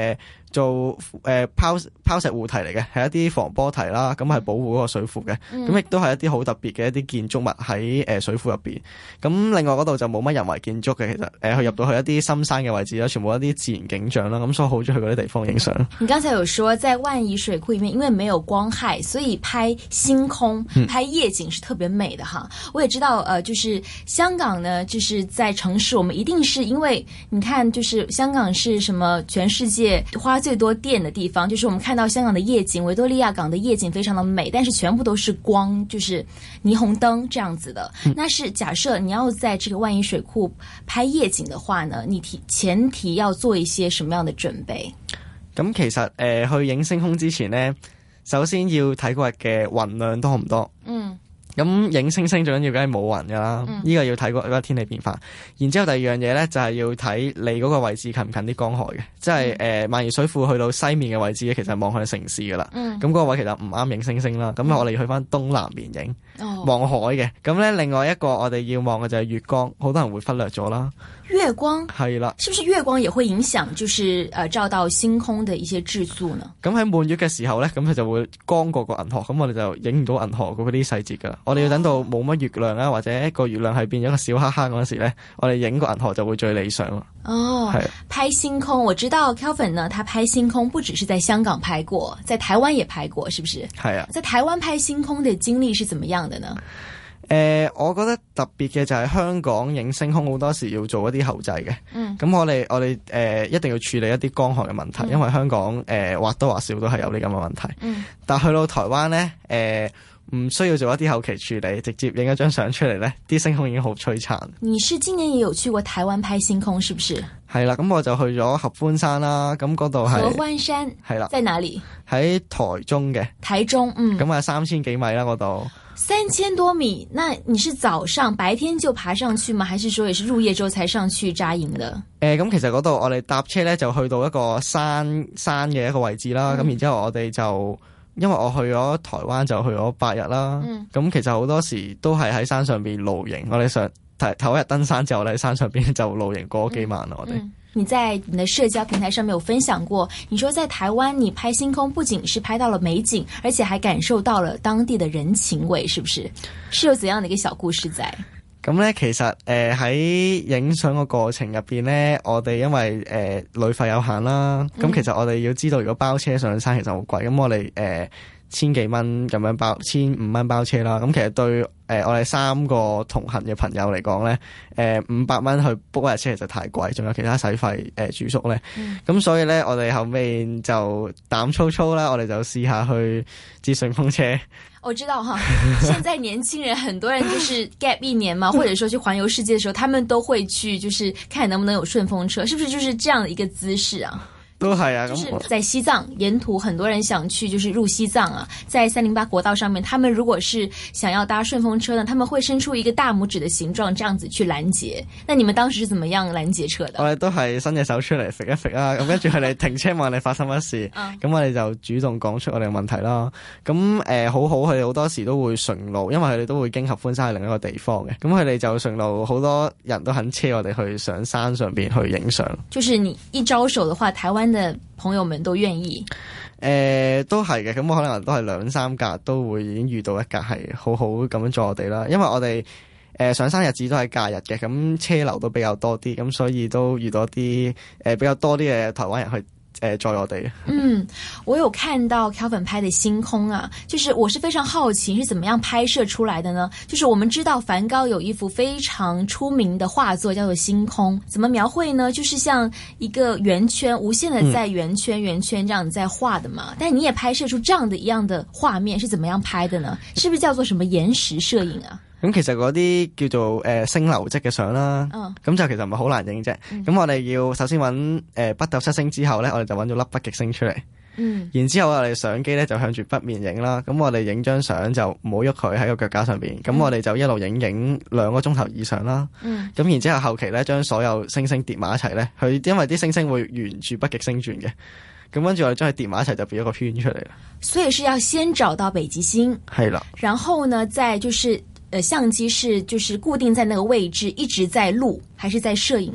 T: 做誒拋拋石護堤嚟嘅，係一啲防波堤啦，咁係保護嗰個水庫嘅，咁亦都係一啲好特別嘅一啲建築物喺誒水庫入邊。咁另外嗰度就冇乜人為建築嘅，其實誒去入到去一啲深山嘅位置啦，全部一啲自然景象啦，咁所以好中意去嗰啲地方影相。
G: 你剛才有說在萬宜水庫裡面，因為沒有光害，所以拍星空、拍夜景是特別美的哈。我也知道，呃，就是香港呢，就是在城市，我們一定是因為你看，就是香港是什麼全世界花最多電的地方，就是我們看到香港的夜景，維多利亞港的夜景非常的美，但是全部都是光，就是霓虹燈這樣子的。嗯、那是假設你要在這個萬宜水庫拍夜景的話呢，你提前提要做一些什麼樣的準備？
T: 咁其實誒、呃、去影星空之前呢，首先要睇嗰日嘅雲量多唔多。嗯。咁影星星最緊要梗係冇雲噶啦，呢、嗯、個要睇嗰個天氣變化。然之後第二樣嘢咧就係、是、要睇你嗰個位置近唔近啲江海嘅，即係誒萬宜水庫去到西面嘅位置咧，其實望向城市噶啦。咁、嗯、嗰個位其實唔啱影星星啦。咁、嗯、我哋要去翻東南面影，望、哦、海嘅。咁咧另外一個我哋要望嘅就係月光，好多人會忽略咗啦。
G: 月光
T: 係啦，
G: 是不是月光也會影響，就是誒、呃、照到星空的一些質素呢？
T: 咁喺滿月嘅時候咧，咁佢就會光過個銀河，咁我哋就影唔到銀河嗰啲細節噶啦。我哋要等到冇乜月亮啦，或者一個月亮係變咗個小黑黑嗰時咧，我哋影個銀河就會最理想咯。
G: 哦，係拍星空，我知道 Kelvin 呢，他拍星空不只是在香港拍過，在台灣也拍過，是不是？係啊，在台灣拍星空的經歷是怎麼樣的呢？
T: 誒、呃，我覺得特別嘅就係香港影星空好多時要做一啲後製嘅，嗯，咁我哋我哋誒、呃、一定要處理一啲光害嘅問題，嗯、因為香港誒、呃、或多或少都係有啲咁嘅問題，嗯，但去到台灣咧，誒、呃、唔需要做一啲後期處理，直接影一張相出嚟咧，啲星空已經好璀璨。你是今年也有去過台灣拍星空，是不是？係啦，咁我就去咗合歡山啦，咁嗰度係
G: 合歡山，係啦，在哪裡？
T: 喺台中嘅。台中，嗯，咁啊三千幾米啦嗰度。
G: 三千多米，那你是早上白天就爬上去嗎？還是說也是入夜之後才上去紮營的？誒、
T: 呃，咁其實嗰度我哋搭車咧就去到一個山山嘅一個位置啦，咁、嗯、然之後我哋就因為我去咗台灣就去咗八日啦，咁、嗯、其實好多時都係喺山上邊露營，我哋上頭一日登山之後咧喺山上邊就露營過咗幾晚啦，我哋。嗯
G: 你在你的社交平台上面有分享過，你說在台灣你拍星空不僅是拍到了美景，而且還感受到了當地的人情味，是不是？是有怎樣的一個小故事在？
T: 咁咧，其實誒喺影相個過程入邊咧，我哋因為誒、呃、旅費有限啦，咁、嗯、其實我哋要知道如果包車上山其實好貴，咁我哋誒、呃、千幾蚊咁樣包，千五蚊包車啦，咁其實對。誒、呃，我哋三個同行嘅朋友嚟講咧，誒五百蚊去 book 一日車其實太貴，仲有其他使費誒、呃、住宿咧，咁、嗯、所以咧我哋後面就膽粗粗啦，我哋就試下去接順風車。
G: 我知道哈，現在年輕人很多人就是 gap 一年嘛，或者說去環遊世界嘅時候，他們都會去，就是看能不能有順風車，是不是就是這樣的一個姿勢啊？
T: 都係啊，
G: 就是在西藏沿途很多人想去，就是入西藏啊，在三零八國道上面，他們如果是想要搭順風車呢，他們會伸出一個大拇指的形狀，這樣子去攔截。那你們當時是怎麼樣攔截車的？
T: 我哋都係伸隻手出嚟揈一揈啊，咁跟住佢哋停車問你發生乜事，咁、嗯、我哋就主動講出我哋嘅問題啦。咁誒、呃、好好，佢哋好多時都會順路，因為佢哋都會經合歡山去另一個地方嘅，咁佢哋就順路，好多人都肯車我哋去上山上邊去影相。
G: 就是你一招手的話，台灣的朋友們都願意，
T: 誒、呃，都係嘅，咁我可能都係兩三架都會已經遇到一架係好好咁樣載我哋啦，因為我哋誒、呃、上山日子都係假日嘅，咁車流都比較多啲，咁所以都遇到啲誒、呃、比較多啲嘅台灣人去。誒，載我哋。
G: 嗯，我有看到 Kelvin 拍的星空啊，就是我是非常好奇是怎麼樣拍攝出來的呢？就是我們知道梵高有一幅非常出名的畫作叫做《星空》，怎麼描繪呢？就是像一個圓圈，無限的在圓圈圓、嗯、圈這樣在畫的嘛。但你也拍攝出這樣的一樣的畫面，是怎麼樣拍的呢？是不是叫做什麼延時攝影啊？
T: 咁其實嗰啲叫做誒、呃、星流跡嘅相啦，咁、哦、就其實唔係好難影啫。咁、嗯、我哋要首先揾誒北斗七星之後咧，我哋就揾咗粒北極星出嚟。嗯，然之後我哋相機咧就向住北面影啦。咁我哋影張相就唔好喐佢喺個腳架上邊。咁、嗯、我哋就一路影影兩個鐘頭以上啦。嗯，咁然之後後期咧將所有星星疊埋一齊咧，佢因為啲星星會沿住北極星轉嘅。咁跟住我哋將佢疊埋一齊就變咗個圈出嚟啦。所以是要先找到北極星，係啦，然後呢再就是。呃，相機是就是固定在那個位置，一直在錄，還是在攝影呢？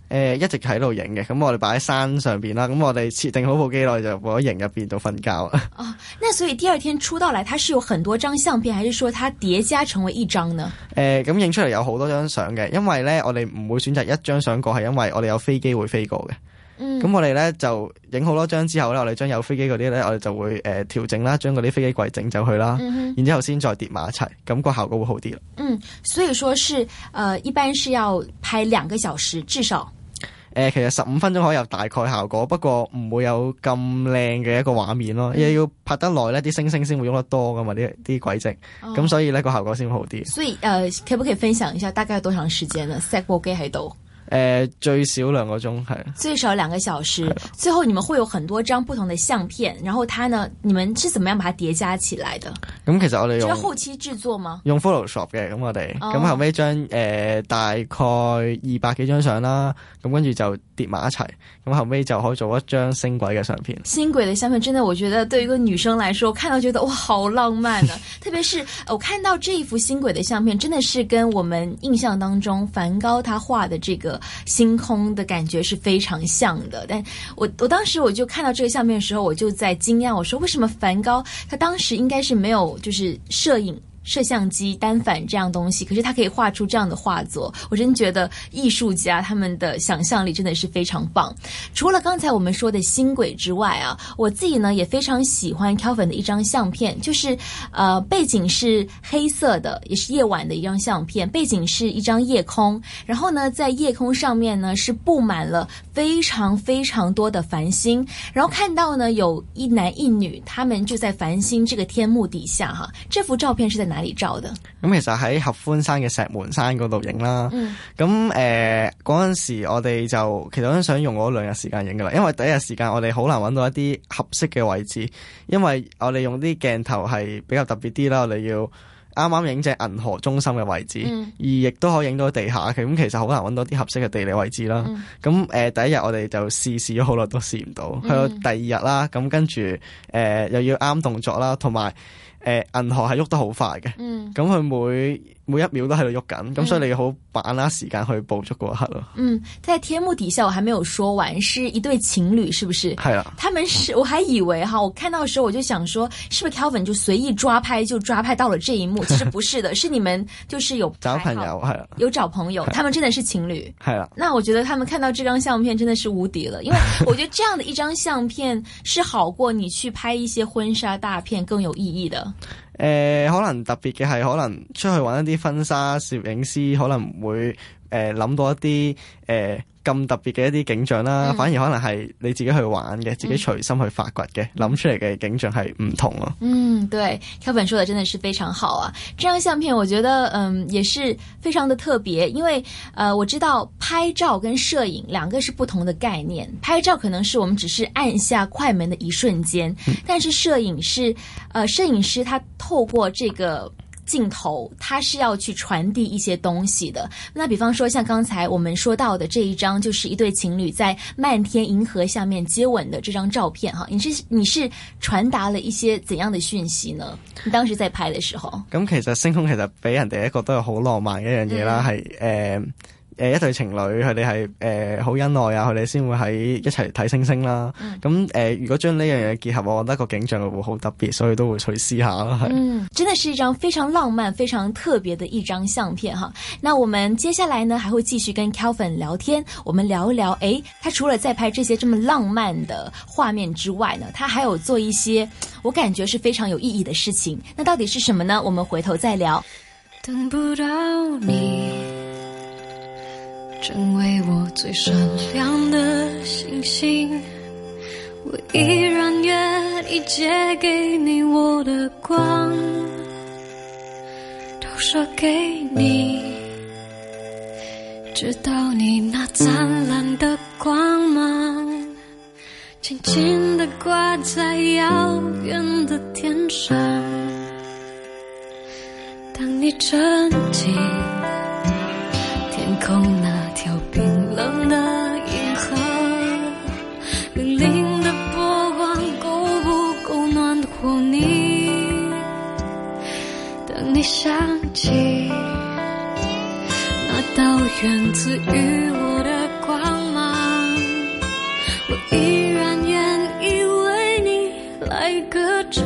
T: 誒一直喺度影嘅，咁我哋擺喺山上邊啦，咁我哋設定好部機內就放喺營入邊度瞓覺。
G: 哦，那所以第二天出到來，它是有很多張相片，還是說它疊加成為一張呢？
T: 誒咁影出嚟有好多張相嘅，因為咧我哋唔會選擇一張相過，係因為我哋有飛機會飛過嘅。
G: 嗯，
T: 咁我哋咧就影好多張之後咧，我哋將有飛機嗰啲咧，我哋就會誒調整啦，將嗰啲飛機櫃整走去啦，
G: 嗯、
T: 然之後先再疊埋一齊，咁個效果會好啲啦。
G: 嗯，所以說是，呃，一般是要拍兩個小時至少。
T: 誒、呃，其實十五分鐘可以有大概效果，不過唔會有咁靚嘅一個畫面咯，因為要拍得耐咧，啲星星先會用得多噶嘛，啲啲軌跡，咁、哦、所以咧個效果先會好啲。
G: 所以，呃，可不可以分享一下大概有多長時間呢 set 部機喺度？
T: 誒、呃，最少兩個鐘係，
G: 最少兩個小時。最後你們會有很多張不同的相片，然後它呢，你們是怎麼樣把它疊加起來的？
T: 咁其實我哋用，
G: 就是後期製作嗎？
T: 用 Photoshop 嘅，咁我哋，咁、哦、後尾將誒大概二百幾張相啦，咁跟住就疊埋一齊，咁後尾就可以做一張星軌嘅相片。
G: 星軌的相片真的，我覺得對於一個女生來說，我看到覺得哇，好浪漫啊！特別是我看到這一幅星軌的相片，真的是跟我們印象當中梵高他畫的這個星空的感覺是非常像的，但我我當時我就看到這個相片的時候，我就在驚訝，我說為什麼梵高他當時應該是沒有就是攝影攝像機單反這樣東西，可是他可以畫出這樣的畫作，我真覺得藝術家他們的想象力真的是非常棒。除了剛才我們說的星軌之外啊，我自己呢也非常喜歡 Kelvin 的一張相片，就是呃背景是黑色的，也是夜晚的一張相片，背景是一張夜空，然後呢在夜空上面呢是布滿了非常非常多的繁星，然後看到呢有一男一女，他們就在繁星這個天幕底下哈。這幅照片是在哪裏照的？
T: 咁其實喺合歡山嘅石門山嗰度影啦。咁誒嗰陣時我哋就其實都想用咗兩日時間影噶啦，因為第一日時間我哋好難揾到一啲合適嘅位置，因為我哋用啲鏡頭係比較特別啲啦，我哋要啱啱影隻銀河中心嘅位置，嗯、而亦都可以影到地下嘅，咁其實好難揾到啲合適嘅地理位置啦。咁誒、嗯呃、第一日我哋就試試咗好耐都試唔到，去到第二日啦，咁跟住誒、呃、又要啱動作啦，同埋誒銀河係喐得好快嘅，咁佢、嗯、每每一秒都喺度喐緊，咁、嗯、所以你要好把握時間去捕捉嗰一刻咯。
G: 嗯，在天幕底下我還沒有說完，是一對情侶，是不是？
T: 係啊，
G: 他們是，我還以為哈，我看到的時候我就想說，是不是 Kelvin 就隨意抓拍就抓拍到了這一幕？其實不是的，是你們就是有
T: 找朋友，係啊，
G: 有找朋友，他們真的是情侶，
T: 係啊。
G: 那我覺得他們看到這張相片真的是無敵了，因為我覺得這樣的一張相片是好過你去拍一些婚紗大片更有意義的。
T: 誒、呃，可能特別嘅係，可能出去揾一啲婚紗攝影師，可能會誒諗、呃、到一啲誒咁特別嘅一啲景象啦，嗯、反而可能係你自己去玩嘅，自己隨心去發掘嘅，諗、嗯、出嚟嘅景象係唔同咯。
G: 嗯，對 Kelvin 說的真的是非常好啊！這張相片我覺得嗯也是非常的特別，因為呃我知道拍照跟攝影兩個是不同的概念，拍照可能是我們只是按下快門的一瞬間，嗯、但是攝影是呃攝影師他透過這個鏡頭，它是要去傳遞一些東西的。那比方說像剛才我們說到的這一張，就是一對情侶在漫天銀河下面接吻的這張照片哈，你是你是傳達了一些怎樣的訊息呢？你當時在拍的時候，
T: 咁其實星空其實俾人哋一個都係好浪漫嘅一樣嘢啦，係誒、嗯。誒一對情侶，佢哋係誒好恩愛啊，佢哋先會喺一齊睇星星啦。咁誒、嗯呃，如果將呢樣嘢結合，我覺得個景象會好特別，所以都會去試下啦。係，
G: 嗯，真的是一張非常浪漫、非常特別的一張相片哈。那我們接下來呢，還會繼續跟 Kelvin 聊天，我們聊一聊，誒，他除了在拍這些這麼浪漫的畫面之外呢，他還有做一些我感覺是非常有意義的事情。那到底是什麼呢？我們回頭再聊。
D: 等不到你，成為我最閃亮的星星，我依然願意借給你我的光，投射給你，直到你那燦爛的光芒輕輕地掛在遙遠的天上，當你沉浸天空那條冰冷的銀河，粼粼的波光夠不夠暖和你？當你想起那道源自於我的光唱，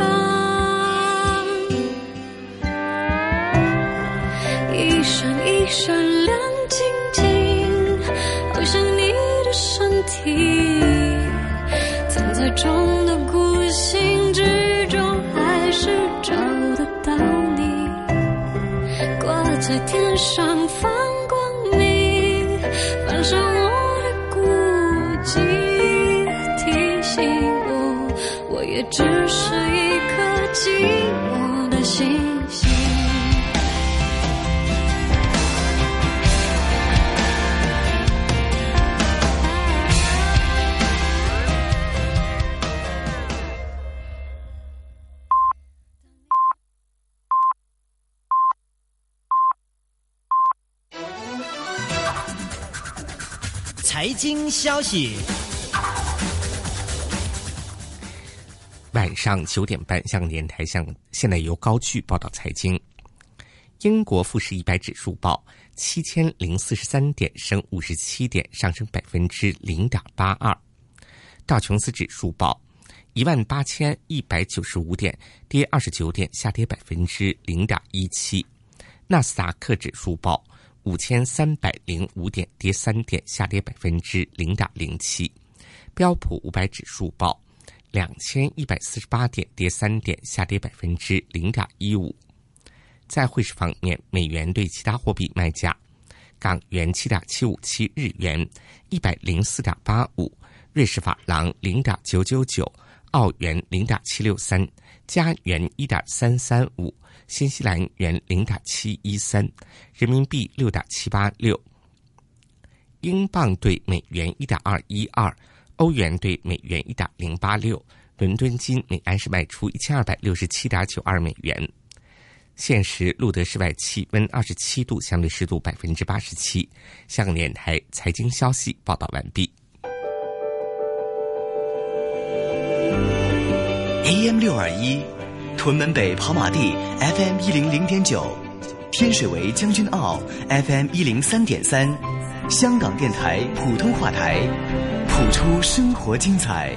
D: 一闪一闪亮晶晶，好像你的身体，藏在中的孤星之中，还是找得到你，挂在天上放光明，反射我的孤寂，提醒我，我也只是一颗寂寞的星星。
C: 财经消息，
U: 晚上九点半，香港电台向现在由高炬报道财经。英国富时一百指数报七千零四十三点，升五十七点，上升百分之零点八二。道琼斯指数报一万八千一百九十五点，跌二十九点，下跌百分之零点一七。纳斯达克指数报五千三百零五点，跌三点，下跌百分之零点零七。标普五百指数报两千一百四十八点，跌三点，下跌百分之零点一五。在汇市方面，美元对其他货币卖价：港元七点七五七，日元一百零四点八五，瑞士法郎零点九九九，澳元零点七六三，加元一点三三五。新西兰元零点七一三，人民币六点七八六，英镑对美元一点二一二，欧元对美元一点零八六，伦敦金每安士卖出一千二百六十七点九二美元。现时录得室外气温二十七度，相对湿度百分之八十七。香港电台财经消息报道完毕。
A: A M 六二一。屯门北跑马地 F M 一零零点九，天水围将军澳 F M 一零三点三，香港电台普通话台，谱出生活精彩。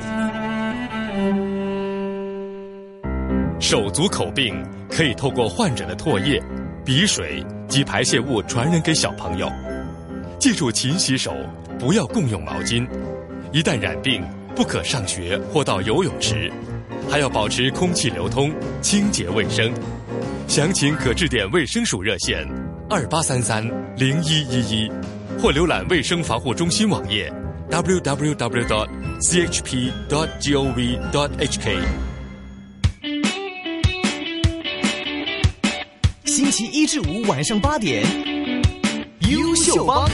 R: 手足口病可以透过患者的唾液、鼻水及排泄物传染给小朋友。记住勤洗手，不要共用毛巾。一旦染病，不可上学或到游泳池。还要保持空气流通，清洁卫生。详情可致电卫生署热线二八三三零一一一，或浏览卫生防护中心网页 double-u double-u double-u dot c h p dot gov dot h k。
A: 星期一至五晚上八点，优秀帮。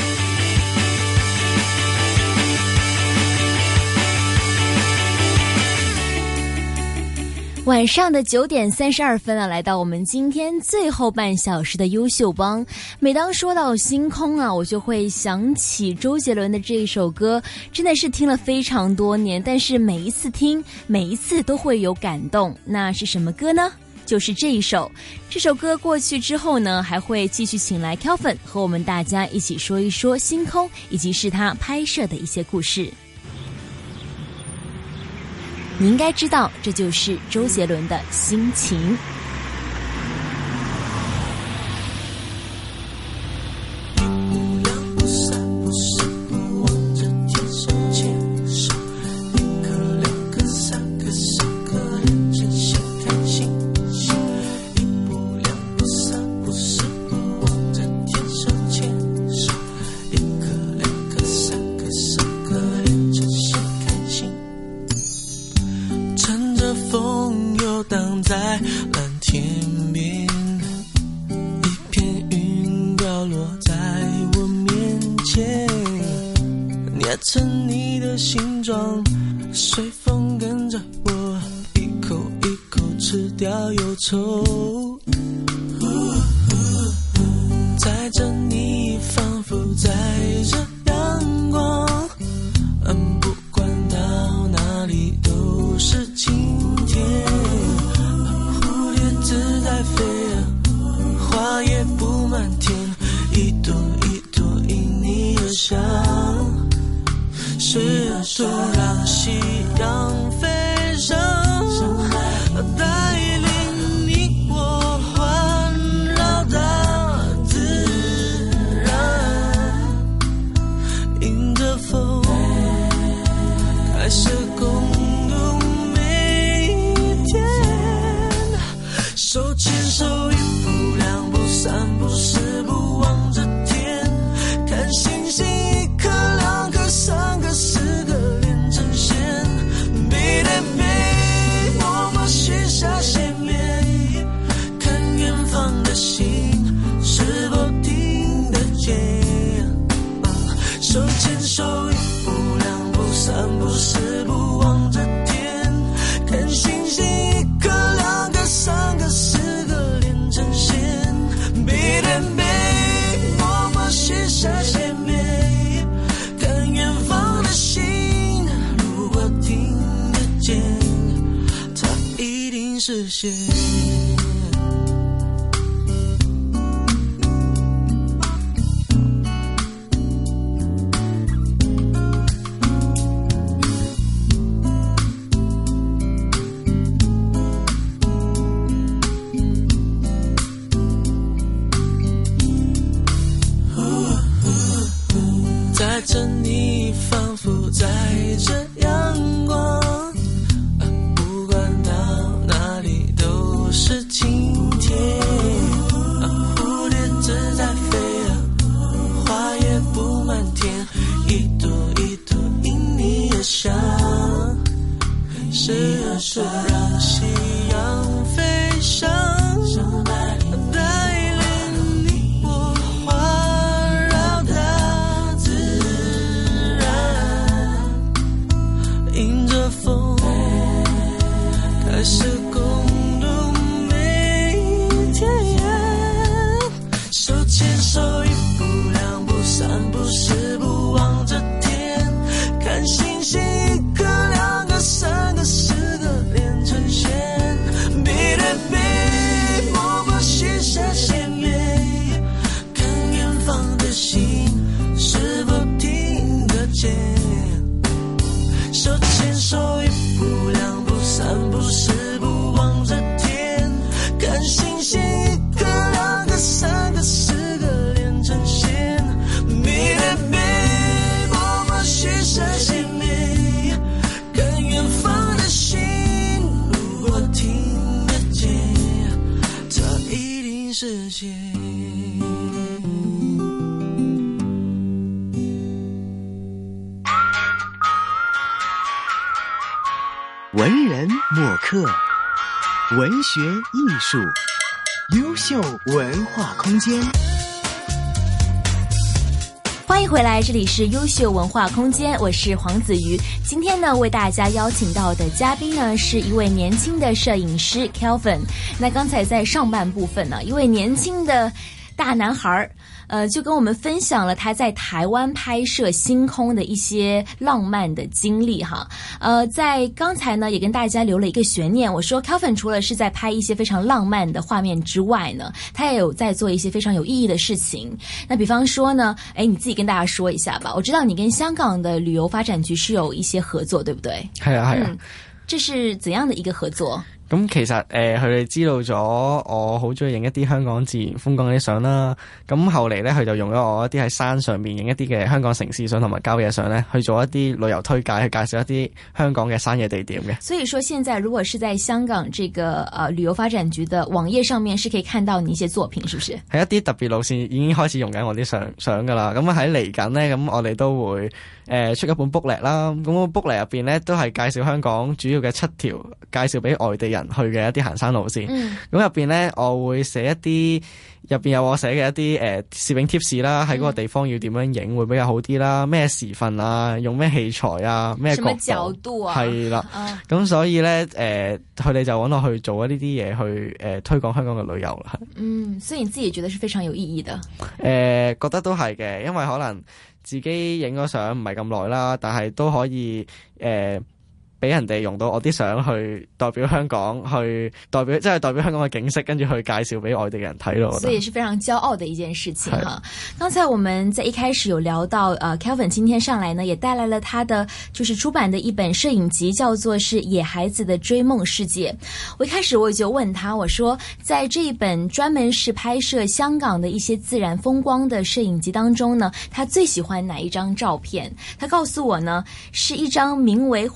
G: 晚上的九点三十二分啊，来到我们今天最后半小时的优秀帮。每当说到星空啊，我就会想起周杰伦的这一首歌，真的是听了非常多年，但是每一次听，每一次都会有感动。那是什么歌呢？就是这一首。这首歌过去之后呢，还会继续请来 Kelvin 和我们大家一起说一说星空，以及是他拍摄的一些故事。你应该知道，这就是周杰伦的心情。
Q: 成你的形状，随风跟着我，一口一口吃掉忧愁。载着你，仿佛载着阳光，嗯，不管到哪里都是晴天。蝴蝶自在飞，花也布满天，一朵一朵因你而香。是啊，就让夕阳飞上， 牵手一步两步三步四步望着天，看星星一颗两颗三个四个连成线，背对背我们许下心愿，看远方的星是否听得见，手牵手一步两步三步四步望着天，看星星一颗两个三个四个连成线，背对背我们许下心愿，看远方的星如果听得见，它一定实现。在这你仿佛在这阳光，不管到哪里都是晴天，蝴蝶自在飞啊，花也布满天，一朵一朵因你而香，谁而说让夕阳飞翔，带领你我环绕大自然，迎着风开始共度每一天，手牵手一步两步三步四步望着天，看星星一颗两个三个四个连成线，背对背我们许下心愿，看远方的星是否听得见，手牵手一步两步三步四步望着天，看星星一颗两个三个四个连成线，背对背我们许下心愿，看远方的星如果听得见，它一定实现。
A: 文人墨客，文学艺术，优秀文化空间。
G: 欢迎回来，这里是优秀文化空间，我是黄子瑜。今天呢，为大家邀请到的嘉宾呢，是一位年轻的摄影师 Kelvin。那刚才在上半部分呢，一位年轻的大男孩呃，就跟我们分享了他在台湾拍摄星空的一些浪漫的经历哈。呃，在刚才呢，也跟大家留了一个悬念。我说 Kelvin 除了是在拍一些非常浪漫的画面之外呢，他也有在做一些非常有意义的事情。那比方说呢，哎，你自己跟大家说一下吧。我知道你跟香港的旅游发展局是有一些合作，對不對？
T: 係啊係啊。
G: 嗯，這是怎樣的一個合作？
T: 咁其實誒，佢、呃、哋知道咗我好中意影一啲香港自然風光嗰啲相啦。咁後嚟咧，佢就用咗我一啲喺山上面影一啲嘅香港城市相同埋郊野相咧，去做一啲旅遊推介，去介紹一啲香港嘅山野地點嘅。
G: 所以說，現在如果是在香港這個呃旅遊發展局的網頁上面，是可以看到你一些作品，是不是？
T: 係一啲特別路線已經開始用緊我啲相相噶啦。咁喺嚟緊咧，咁我哋都會誒、呃、出一本 booklet 啦。咁個 booklet 入邊咧都係介紹香港主要嘅七條介紹俾外地人去嘅一啲行山路線。咁入邊咧，我會寫一啲入邊有我寫嘅一啲誒、呃、攝影貼士啦，喺嗰個地方要點樣影會比較好啲啦，咩時分啊，用咩器材啊，咩角度，
G: 角度啊，
T: 係啦。咁、啊、所以咧誒，佢哋就揾我去做一呢啲嘢去誒、呃、推廣香港嘅旅遊啦。
G: 嗯，所以你自己覺得是非常有意義的。
T: 誒、呃，覺得都係嘅，因為可能自己影咗相唔係咁耐啦，但係都可以誒。呃俾人哋用到我啲相去代表香港，去代表即係代表香港嘅景色，跟住去介紹俾外地人睇咯。
G: 所以也是非常驕傲的一件事情哈。剛才我們在一開始有聊到，呃 Kelvin 今天上來呢，也帶來了他的就是出版的一本攝影集，叫做是《野孩子的追夢世界》。我一開始我就問他，我說在這一本專門是拍攝香港的一些自然風光的攝影集當中呢，他最喜歡哪一張照片？他告訴我呢，是一張名為火星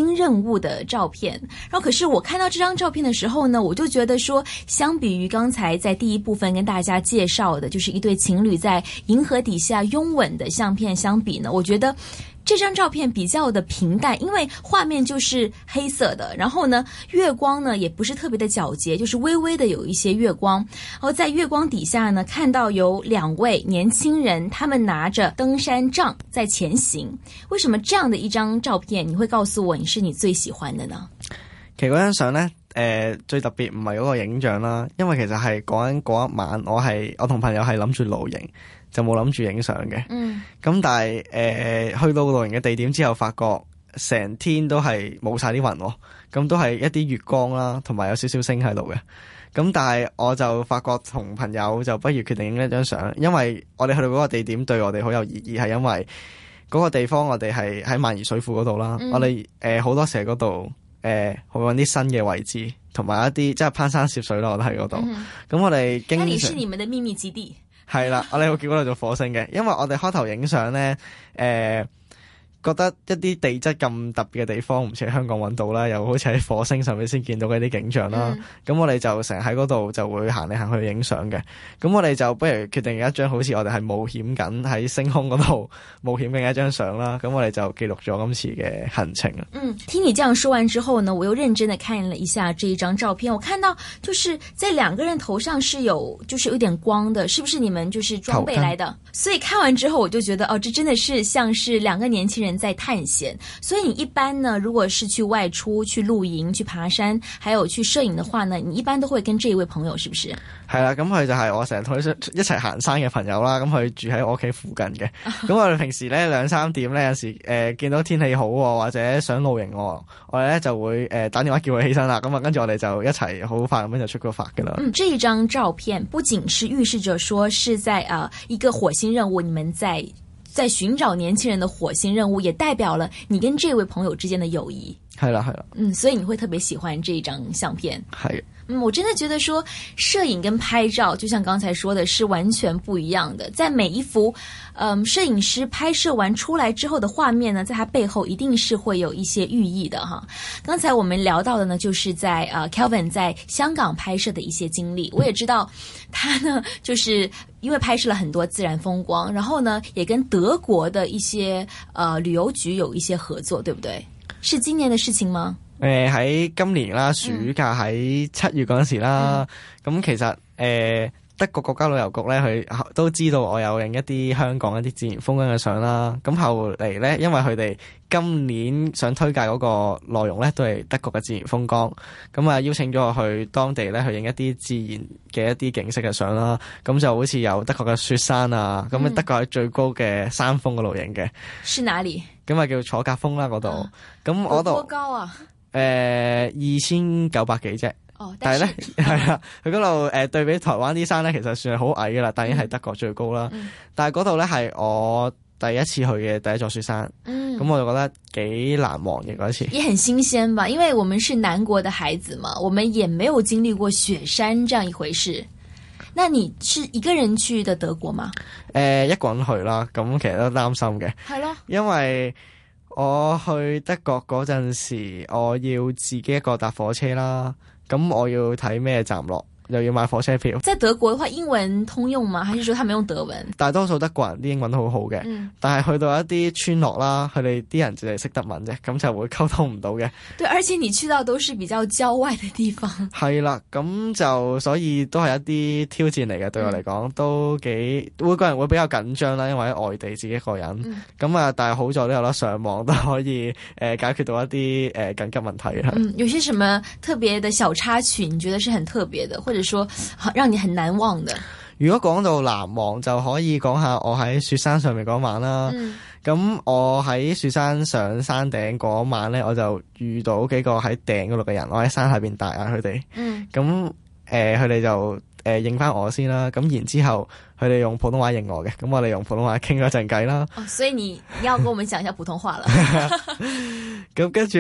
G: 星任务的照片。然后可是我看到这张照片的时候呢，我就觉得说，相比于刚才在第一部分跟大家介绍的就是一对情侣在银河底下拥吻的相片相比呢，我觉得这张照片比较的平淡，因为画面就是黑色的，然后呢月光呢也不是特别的皎洁，就是微微的有一些月光，然后在月光底下呢看到有两位年轻人，他们拿着登山杖在前行。为什么这样的一張照片你會告訴我你是你最喜歡的呢？
T: 其實嗰張相呢，誒、呃、最特別唔係嗰個影像啦，因為其實係講緊嗰一晚我係我同朋友係諗住露營，就冇諗住影相嘅。嗯，咁但係誒、呃、去到露營嘅地點之後，發覺成天都係冇晒啲雲喎，咁都係一啲月光啦，同埋有少少星喺度嘅。咁但係我就發覺同朋友就不如決定影一張相，因為我哋去到嗰個地點對我哋好有意義，係因為嗰個地方我哋係喺萬宜水庫嗰度啦，嗯、我哋誒好多時喺嗰度。誒、呃，會揾啲新嘅位置，同埋一啲即係攀山涉水咯，我都喺嗰度。咁、嗯、我哋經常，那裡
G: 是你們的秘密基地。
T: 係啦，我哋會叫嗰度做火星嘅，因為我哋開頭影相咧，誒、呃。覺得一啲地質咁特別嘅地方唔似喺香港揾到啦，又好似喺火星上面先見到嘅啲景象啦。咁、嗯、我哋就成日喺嗰度就會行嚟行去影相嘅。咁我哋就不如決定一張好似我哋係冒險緊喺星空嗰度冒險嘅一張相啦。咁我哋就記錄咗今次嘅行程啊。
G: 嗯，聽你這樣說完之後呢，我又認真的看了一下這一張照片，我看到就是在兩個人頭上是有就是有點光的，是不是你們就是裝備來的？所以看完之後我就覺得哦，這真的是像是兩個年輕人在探險。所以你一般呢，如果是去外出去露營去爬山還有去攝影的話呢，你一般都會跟這一位朋友是不是？
T: 係啦，咁佢就係我成日同佢一齊行山嘅朋友啦。咁佢住喺我屋企附近嘅。咁我哋平時咧兩三點咧有時誒、呃、見到天氣好或者想露營，我我哋咧就會誒、呃、打電話叫佢起身啦。咁啊跟住我哋就一齊好快咁樣就出個發噶啦。嗯，這一張照片不僅是預示着說是在啊、呃、一個火星任務，你們在。在尋找年輕人的火星任務，也代表了你跟這位朋友之間的友誼。係啦，係啦。嗯，所以你會特別喜歡這一張相片。係。嗯，我真的覺得說攝影跟拍照，就像剛才說的是完全不一樣的。在每一幅，嗯，攝影師拍攝完出來之後的畫面呢，在它背後一定是會有一些寓意的哈。剛才我們聊到的呢，就是在呃 Kelvin 在香港拍攝的一些經歷。我也知道他呢，就是因為拍攝了很多自然風光，然後呢，也跟德國的一些呃旅遊局有一些合作，對不對？是今年的事情嗎？誒喺、呃、今年啦，暑假喺七月嗰陣時啦，咁、嗯、其實誒、呃、德國國家旅遊局咧，佢都知道我有影一啲香港一啲自然風景嘅相啦。咁後嚟咧，因為佢哋今年想推介嗰個內容咧，都係德國嘅自然風光，咁啊邀請咗我去當地咧去影一啲自然嘅一啲景色嘅相啦。咁就好似有德國嘅雪山啊，咁、嗯、德國喺最高嘅山峰嗰度影嘅。是哪裡？咁啊叫楚格峰啦嗰度。咁嗰度。多高啊？誒，二千九百幾啫，哦、但係咧係啦，佢嗰度誒對比台灣啲山咧，其實算係好矮噶啦，但已經係德國最高啦。嗯、但係嗰度咧係我第一次去嘅第一座雪山，咁、嗯、我就覺得幾難忘嘅嗰一次。也很新鮮吧，因為我們是南國的孩子嘛，我們也沒有經歷過雪山這樣一回事。那你是一個人去的德國嗎？誒、呃，一個人去啦，咁其實都擔心嘅，係咯，因為。我去德國嗰陣時，我要自己一個搭火車啦，咁我要睇咩站落，又要買火車票。在德國嘅話，英文通用嗎？還是說他們用德文？大多數德國人啲英文都好好嘅，嗯、但係去到一啲村落啦，佢哋啲人淨係識德文啫，咁就會溝通唔到嘅。對，而且你去到都是比較郊外嘅地方。係啦，咁就所以都係一啲挑戰嚟嘅，對我嚟講、嗯、都幾每個人會比較緊張啦，因為喺外地自己一個人。咁啊、嗯，但係好在都有得上網都可以誒、呃、解決到一啲誒、呃、緊急問題嘅。嗯，有些什麼特別的小插曲，你覺得是很特別的，或者說讓你很難忘的？如果講到難忘，就可以講下我喺雪山上面嗰晚啦。咁、嗯、我喺雪山上山頂嗰晚咧，我就遇到幾個喺頂嗰度嘅人，我喺山下邊大嗌佢哋。咁誒、嗯，佢哋、呃、就誒應翻我先啦。咁然之後佢哋用普通話應我嘅，咁我哋用普通話傾咗陣偈啦。哦，所以你要跟我們講一下普通話啦。咁跟住咧。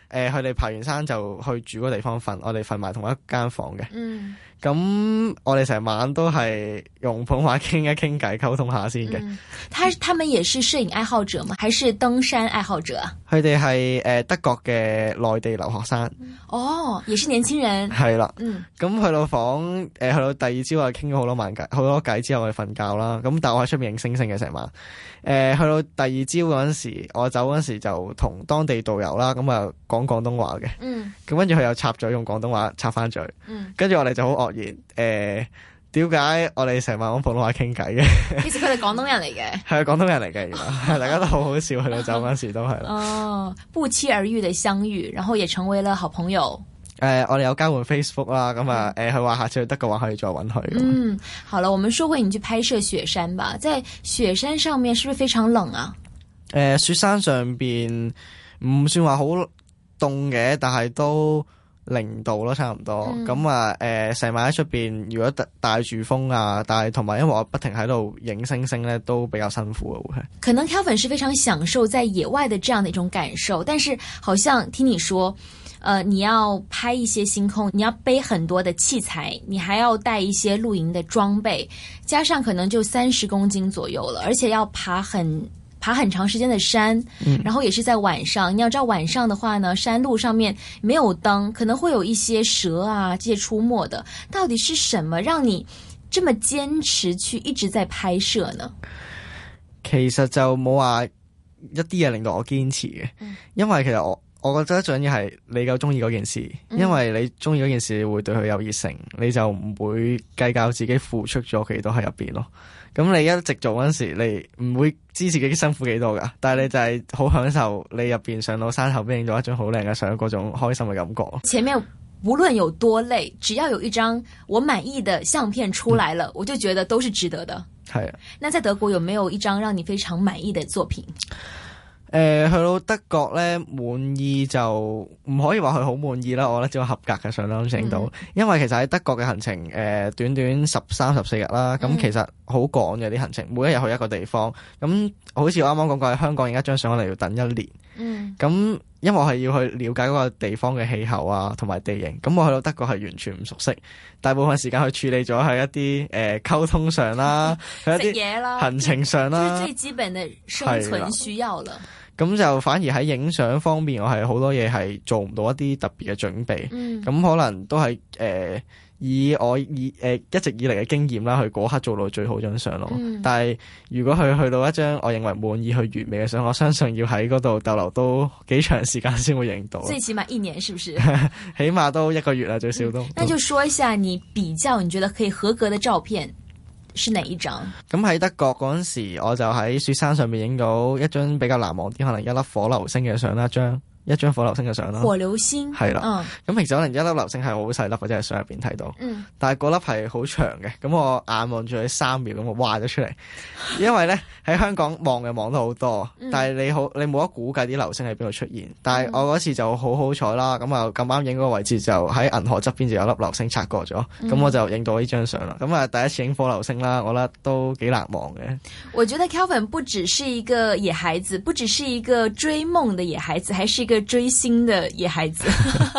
T: 誒佢哋爬完山就去住嗰個地方瞓，我哋瞓埋同一間房嘅。
G: 嗯，
T: 咁我哋成晚都係用普通話傾一傾偈溝通下先嘅。
G: 嗯，他他們也是攝影愛好者嗎？還是登山愛好者啊？
T: 佢哋係誒德國嘅內地留學生。
G: 哦，也是年輕人。
T: 係啦，
G: 嗯，
T: 咁去到房誒、呃、去到第二朝啊，傾咗好多晚偈，好多偈之後我哋瞓覺啦。咁但係我喺出面影星星嘅成晚。誒、呃、去到第二朝嗰陣時，我走嗰陣時就同當地導遊啦，咁啊講廣東話嘅。
G: 嗯，
T: 咁跟住佢又插嘴用廣東話插翻嘴。
G: 嗯，
T: 跟住我哋就好愕然，誒點解我哋成晚講普通話傾偈嘅？
G: 其實佢哋廣東人嚟嘅。
T: 係啊，廣東人嚟嘅，原來大家都好好笑，去到走嗰陣時都係啦。
G: 哦，不期而遇的相遇，然後也成為了好朋友。
T: 誒、呃，我哋有交換 Facebook 啦，咁啊，誒，佢話下次去德國話可以再揾佢。
G: 嗯，好了，我們說回你去拍攝雪山吧，在雪山上面是不是非常冷啊？
T: 誒、呃，雪山上邊唔算話好凍嘅，但係都零度咯，差唔多。咁、嗯、啊，誒、呃，成晚喺出邊，如果帶帶住風啊，但係同埋因為我不停喺度影星星咧，都比較辛苦嘅會係。
G: 可能 Kelvin 是非常享受在野外的這樣的一種感受，但是好像聽你說。呃，你要拍一些星空，你要背很多的器材，你還要帶一些露營的裝備，加上可能就三十公斤左右了，而且要爬很爬很長時間的山，嗯，然後也是在晚上。你要知道晚上的話呢，山路上面沒有燈，可能會有一些蛇啊這些出沒的。到底是什麼讓你這麼堅持去一直在拍攝呢？
T: 其實就冇話一啲嘢令到我堅持嘅，嗯，因為其實我。我覺得最緊要係你夠中意嗰件事，因為你中意嗰件事，你會對佢有熱誠，你就唔會計較自己付出咗幾多喺入邊咯。咁你一直做嗰陣時，你唔會知自己辛苦幾多噶，但係你就係好享受你入邊上到山後邊影咗一張好靚嘅相嗰種開心嘅感覺。
G: 前面無論有多累，只要有一張我滿意的相片出來了，嗯，我就覺得都是值得的。
T: 係啊。
G: 那在德國有沒有一張讓你非常滿意的作品？
T: 誒、呃，去到德國咧，滿意就唔可以話佢好滿意啦，我覺得只有合格嘅相啦，影到、嗯。因為其實喺德國嘅行程，誒、呃，短短十三十四日啦，咁、嗯、其實好趕嘅啲行程，每一日去一個地方。咁好似我啱啱講過，喺香港影一張相可能要等一年。嗯。咁因為我係要去了解嗰個地方嘅氣候啊，同埋地形。咁我去到德國係完全唔熟悉，大部分時間去處理咗係一啲誒溝通上啦，去一啲行程上啦，
G: 就是、最基本嘅生存需要了。
T: 咁就反而喺影相方面，我係好多嘢係做唔到一啲特別嘅準備。咁、嗯、可能都係誒、呃、以我以誒、呃、一直以嚟嘅經驗啦，去嗰刻做到最好張相咯。嗯、但係如果佢去到一張我認為滿意、去完美嘅相，我相信要喺嗰度逗留都幾長時間先會影到。
G: 最起碼一年，是不是？
T: 起碼都一個月啦，最少都、嗯。
G: 那就說一下你比較，你覺得可以合格的照片是哪一張？
T: 咁喺德國嗰陣時，我就喺雪山上面影到一張比較難忘啲，可能一粒火流星嘅相啦，一張一張火流星嘅相啦。
G: 火流星
T: 係啦，咁、嗯、平時可能一粒流星係好細粒，或者係相入邊睇到，嗯、但係嗰粒係好長嘅，咁我眼望住佢三秒，咁我挖咗出嚟。因為咧喺香港望嘅望到好多，嗯、但係你好你冇得估計啲流星喺邊度出現。但係我嗰次就好好彩啦，咁啊咁啱影嗰個位置就喺銀河側邊就有粒流星擦過咗，咁、嗯、我就影到呢張相啦。咁啊第一次影火流星啦，我覺得都幾難忘嘅。
G: 我覺得 Kelvin 不只是一個野孩子，不只是一個追夢的野孩子，還是一個追星的野孩子。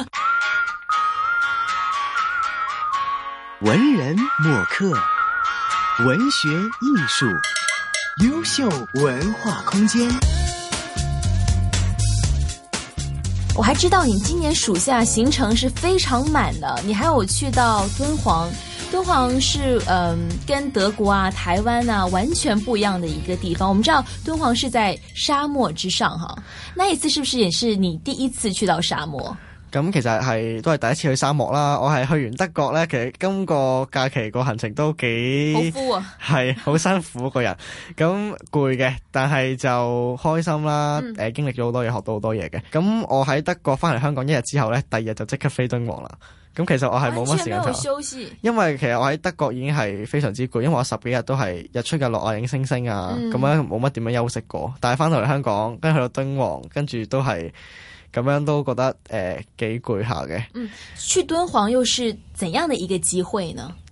A: 文人墨客，文學藝術，優秀文化空間。
G: 我還知道你今年暑假行程是非常滿的，你還有去到敦煌。敦煌是嗯，跟德國啊、台灣啊完全不一樣的一個地方。我們知道敦煌是在沙漠之上哈，那一次是不是也是你第一次去到沙漠？
T: 咁其實係都係第一次去沙漠啦。我係去完德國咧，其實今個假期個行程都幾
G: 好枯啊，
T: 係好辛苦個人，咁攰嘅，但係就開心啦。誒、嗯呃，經歷咗好多嘢，學到好多嘢嘅。咁我喺德國翻嚟香港一日之後咧，第二日就即刻飛敦煌啦。咁其實我係冇乜時間就
G: 休息，
T: 因為其實我喺德國已經係非常之攰，因為我十幾日都係日出日落啊，影星星啊，咁、嗯、樣冇乜點樣休息過。但係翻到嚟香港，跟住去到敦煌，跟住都係咁樣，都覺得誒幾攰下嘅。
G: 嗯，去敦煌又是怎樣的一個機會呢？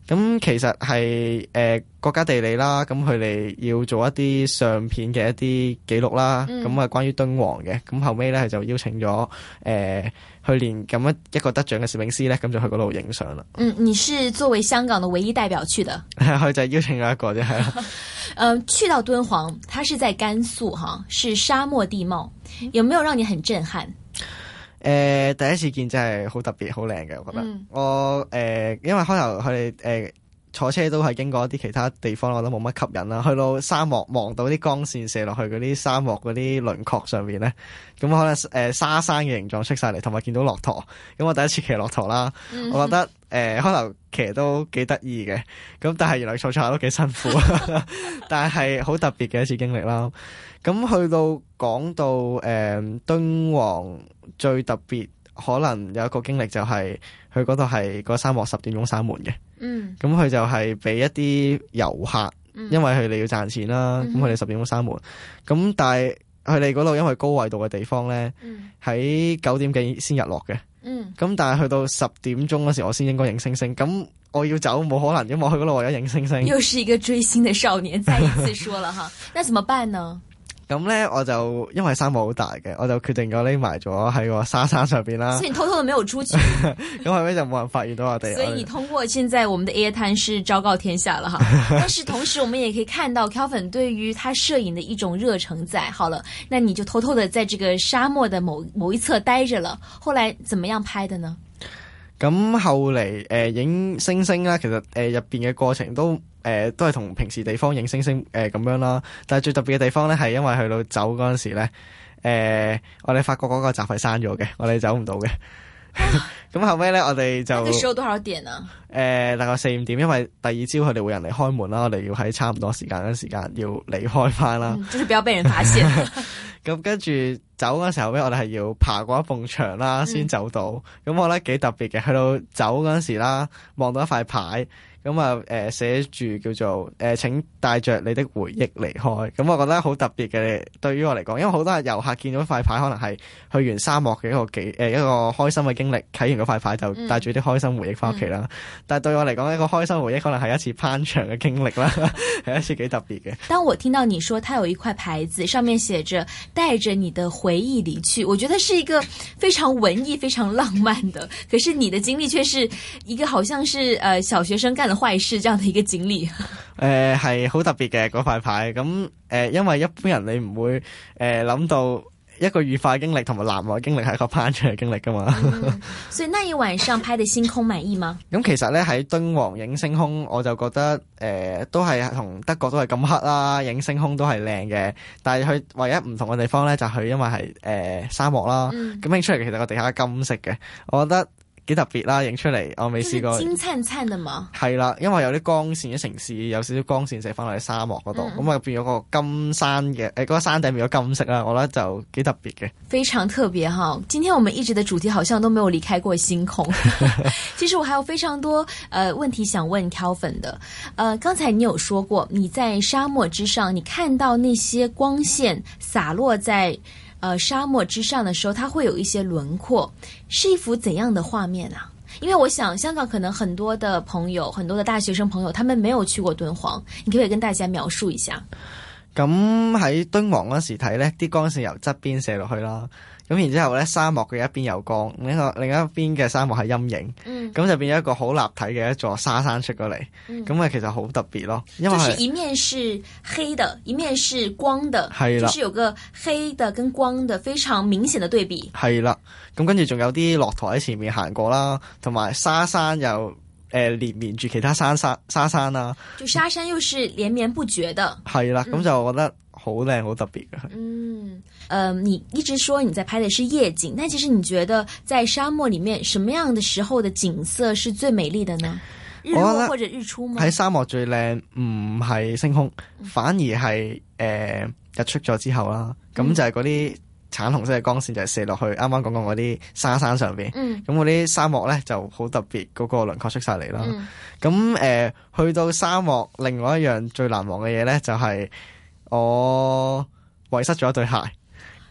T: 咁其實係誒、呃、國家地理啦，咁佢哋要做一啲相片嘅一啲記錄啦，咁啊、嗯、關於敦煌嘅，咁後尾咧佢就邀請咗誒、呃、去年咁一一個得獎嘅攝影師咧，咁就去嗰度影相啦。
G: 嗯，你是作為香港的唯一代表去的？
T: 佢就係邀請咗一個啫，係啦。
G: 嗯，去到敦煌，它是在甘肅哈，是沙漠地貌，有沒有讓你很震撼？
T: 誒、呃，第一次見真係好特別，好靚嘅，我覺得。嗯、我誒、呃，因為開頭佢哋誒坐車都係經過一啲其他地方，我覺得冇乜吸引啦。去到沙漠，望到啲光線射落去嗰啲沙漠嗰啲輪廓上面咧，咁可能誒、呃、沙山嘅形狀出晒嚟，同埋見到駱駝。咁我第一次騎駱駝啦，嗯、我覺得誒、呃、開頭騎都幾得意嘅，咁但係原來坐坐下都幾辛苦，但係好特別嘅一次經歷啦。咁去到講到誒、呃、敦煌最特別，可能有一個經歷就係去嗰度係個沙漠十點鐘閂門嘅。嗯，咁佢就係俾一啲遊客，嗯、因為佢哋要賺錢啦，咁佢哋十點鐘閂門。咁但係佢哋嗰度因為高緯度嘅地方咧，喺九、嗯、點幾先日落嘅。嗯，咁但係去到十點鐘嗰時，我先應該影星星。咁我要走冇可能，因為我去嗰度為咗影星星。
G: 又是一個追星的少年，再一次說了哈，那怎麼辦呢？
T: 咁咧，我就因為沙漠好大嘅，我就決定咗匿埋咗喺個沙山上邊啦。
G: 所以你偷偷的沒有出去，
T: 咁後尾就冇人發現到我哋。
G: 所以你通過現在我們的 Air Time 是昭告天下了哈。但是同時我們也可以看到 Kelvin 對於他攝影的一種熱誠在。好了，那你就偷偷的在這個沙漠的某某一側待着了。後來怎麼樣拍的呢？
T: 咁後嚟誒影星星啦，其實誒入邊嘅過程都誒、呃、都係同平時地方影星星誒咁、呃、樣啦。但係最特別嘅地方咧，係因為去到走嗰陣時咧，誒、呃、我哋發覺嗰個閘係閂咗嘅，我哋走唔到嘅。咁後尾咧，我哋就
G: 那個時候多少點啊？
T: 誒、呃，大概四五點，因為第二朝佢哋會有人嚟開門啦，我哋要喺差唔多時間嗰時間要離開翻啦、
G: 嗯。就是不要被人發現。
T: 咁跟住走嗰時候咧，我哋係要爬過一埲牆啦，先走到。咁、嗯、我覺得幾特別嘅，去到走嗰時啦，望到一塊牌。咁啊，誒寫住叫做誒、呃、請帶着你的回憶離開。咁我覺得好特別嘅，對於我嚟講，因為好多遊客見到塊牌，可能係去完沙漠嘅一個幾誒、呃、一個開心嘅經歷，睇完嗰塊牌就帶住啲開心回憶翻屋企啦。嗯、但係對我嚟講，一個開心回憶可能係一次攀牆嘅經歷啦，係一次幾特別嘅。
G: 當我聽到你說，它有一塊牌子，上面寫着帶着你的回憶離去，我覺得是一個非常文藝、非常浪漫的。可是你的經歷卻是一個好像是誒、呃、小學生幹了壞事這樣的一個經歷。
T: 誒係好特別嘅嗰塊牌，咁誒、呃、因為一般人你唔會誒諗、呃、到一個愉快經歷同埋難忘經歷係一個攀牆嘅經歷噶嘛、
G: 嗯。所以那一晚上拍的星空滿意嗎？
T: 咁其實咧喺敦煌影星空，我就覺得誒、呃、都係同德國都係咁黑啦，影星空都係靚嘅。但係佢唯一唔同嘅地方咧，就係、是、因為係誒、呃、沙漠啦，咁影、嗯、出嚟其實個地下係金色嘅，我覺得幾特別啦，影出嚟我未試過。
G: 金燦燦的嘛？
T: 係啦，因為有啲光線，啲城市有少少光線射翻落去沙漠嗰度，咁啊、嗯、變咗個金山嘅，誒、呃、嗰、那個山頂變咗金色啦，我覺得就幾特別嘅。
G: 非常特別哈！今天我們一直的主題好像都沒有離開過星空。其實我還有非常多呃問題想問 Kelvin 的。呃，剛才你有說過你在沙漠之上，你看到那些光線灑落在呃，沙漠之上的時候，它會有一些輪廓，是一幅怎樣的畫面啊？因為我想香港可能很多的朋友，很多的大學生朋友，他們沒有去過敦煌，你可唔可以跟大家描述一下？
T: 咁喺敦煌嗰時睇呢啲光線由側邊射落去啦。咁然之後咧，沙漠嘅一邊有光，另一個另一邊嘅沙漠係陰影，咁、嗯、就變咗一個好立體嘅一座沙山出過嚟。咁啊、嗯，其實好特別咯，因為
G: 就是一面是黑的，一面是光的，係啦，就是有個黑的跟光的非常明顯的對比。
T: 係啦，咁跟住仲有啲駱駝喺前面行過啦，同埋沙山又誒、呃、連綿住其他山沙沙山啦。
G: 就沙山又是連綿不絕的。
T: 係啦，咁就我覺得好靚好特別嘅。
G: 嗯。呃，你一直說你在拍的是夜景，但其實你覺得在沙漠裏面什麼樣的時候的景色是最美麗的呢？日落或者日出嗎？
T: 喺沙漠最靚唔係星空，嗯、反而係誒、呃、日出咗之後啦。咁、嗯、就係嗰啲橙紅色嘅光線就係射落去啱啱講講嗰啲沙山上邊。咁嗰啲沙漠咧就好特別，嗰、嗰個輪廓出晒嚟啦。咁誒、嗯呃、去到沙漠，另外一樣最難忘嘅嘢咧就係我遺失咗一對鞋。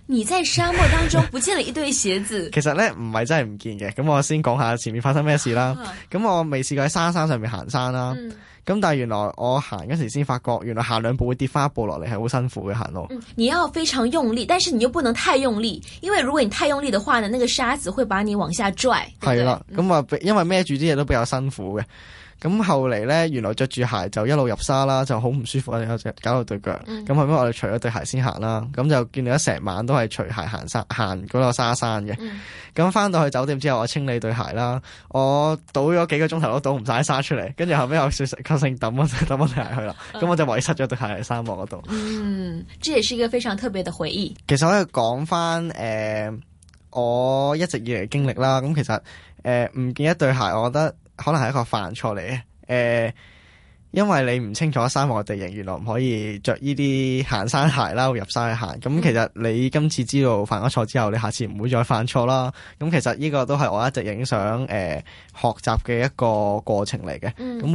G: 你在沙漠當中不見了一對鞋子。
T: 其實咧唔係真係唔見嘅，咁我先講下前面發生咩事啦。咁、啊、我未試過喺沙山上面行山啦。嗯咁但係原來我行嗰時先發覺，原來行兩步會跌翻一步落嚟，係好辛苦嘅行路。
G: 嗯，你要非常用力，但是你又不能太用力，因為如果你太用力的話呢，那個沙子會把你往下拽。係啦，
T: 咁啊，因為孭住啲嘢都比較辛苦嘅。咁後嚟咧，原來着住鞋就一路入沙啦，就好唔舒服啊！有隻搞到對腳。咁、嗯、後尾我哋除咗對鞋先行啦，咁就見到一成晚都係除鞋行山，行嗰個沙山嘅。咁、嗯、翻到去酒店之後，我清理對鞋啦，我倒咗幾個鐘頭都倒唔晒沙出嚟，跟住後尾我少少吸性抌咗抌咗對鞋去啦，咁、嗯、我就遺失咗對鞋喺沙漠嗰度。
G: 嗯，這也是一個非常特別的回憶。
T: 其實我可以講翻誒，我一直以嚟經歷啦，咁其實誒唔、呃、見一對鞋，我覺得可能係一個犯錯嚟嘅，誒、呃，因為你唔清楚沙漠嘅地形，原來唔可以着呢啲行山鞋啦，入山去行。咁其實你今次知道犯咗錯之後，你下次唔會再犯錯啦。咁其實呢個都係我一直影相誒學習嘅一個過程嚟嘅。咁、嗯。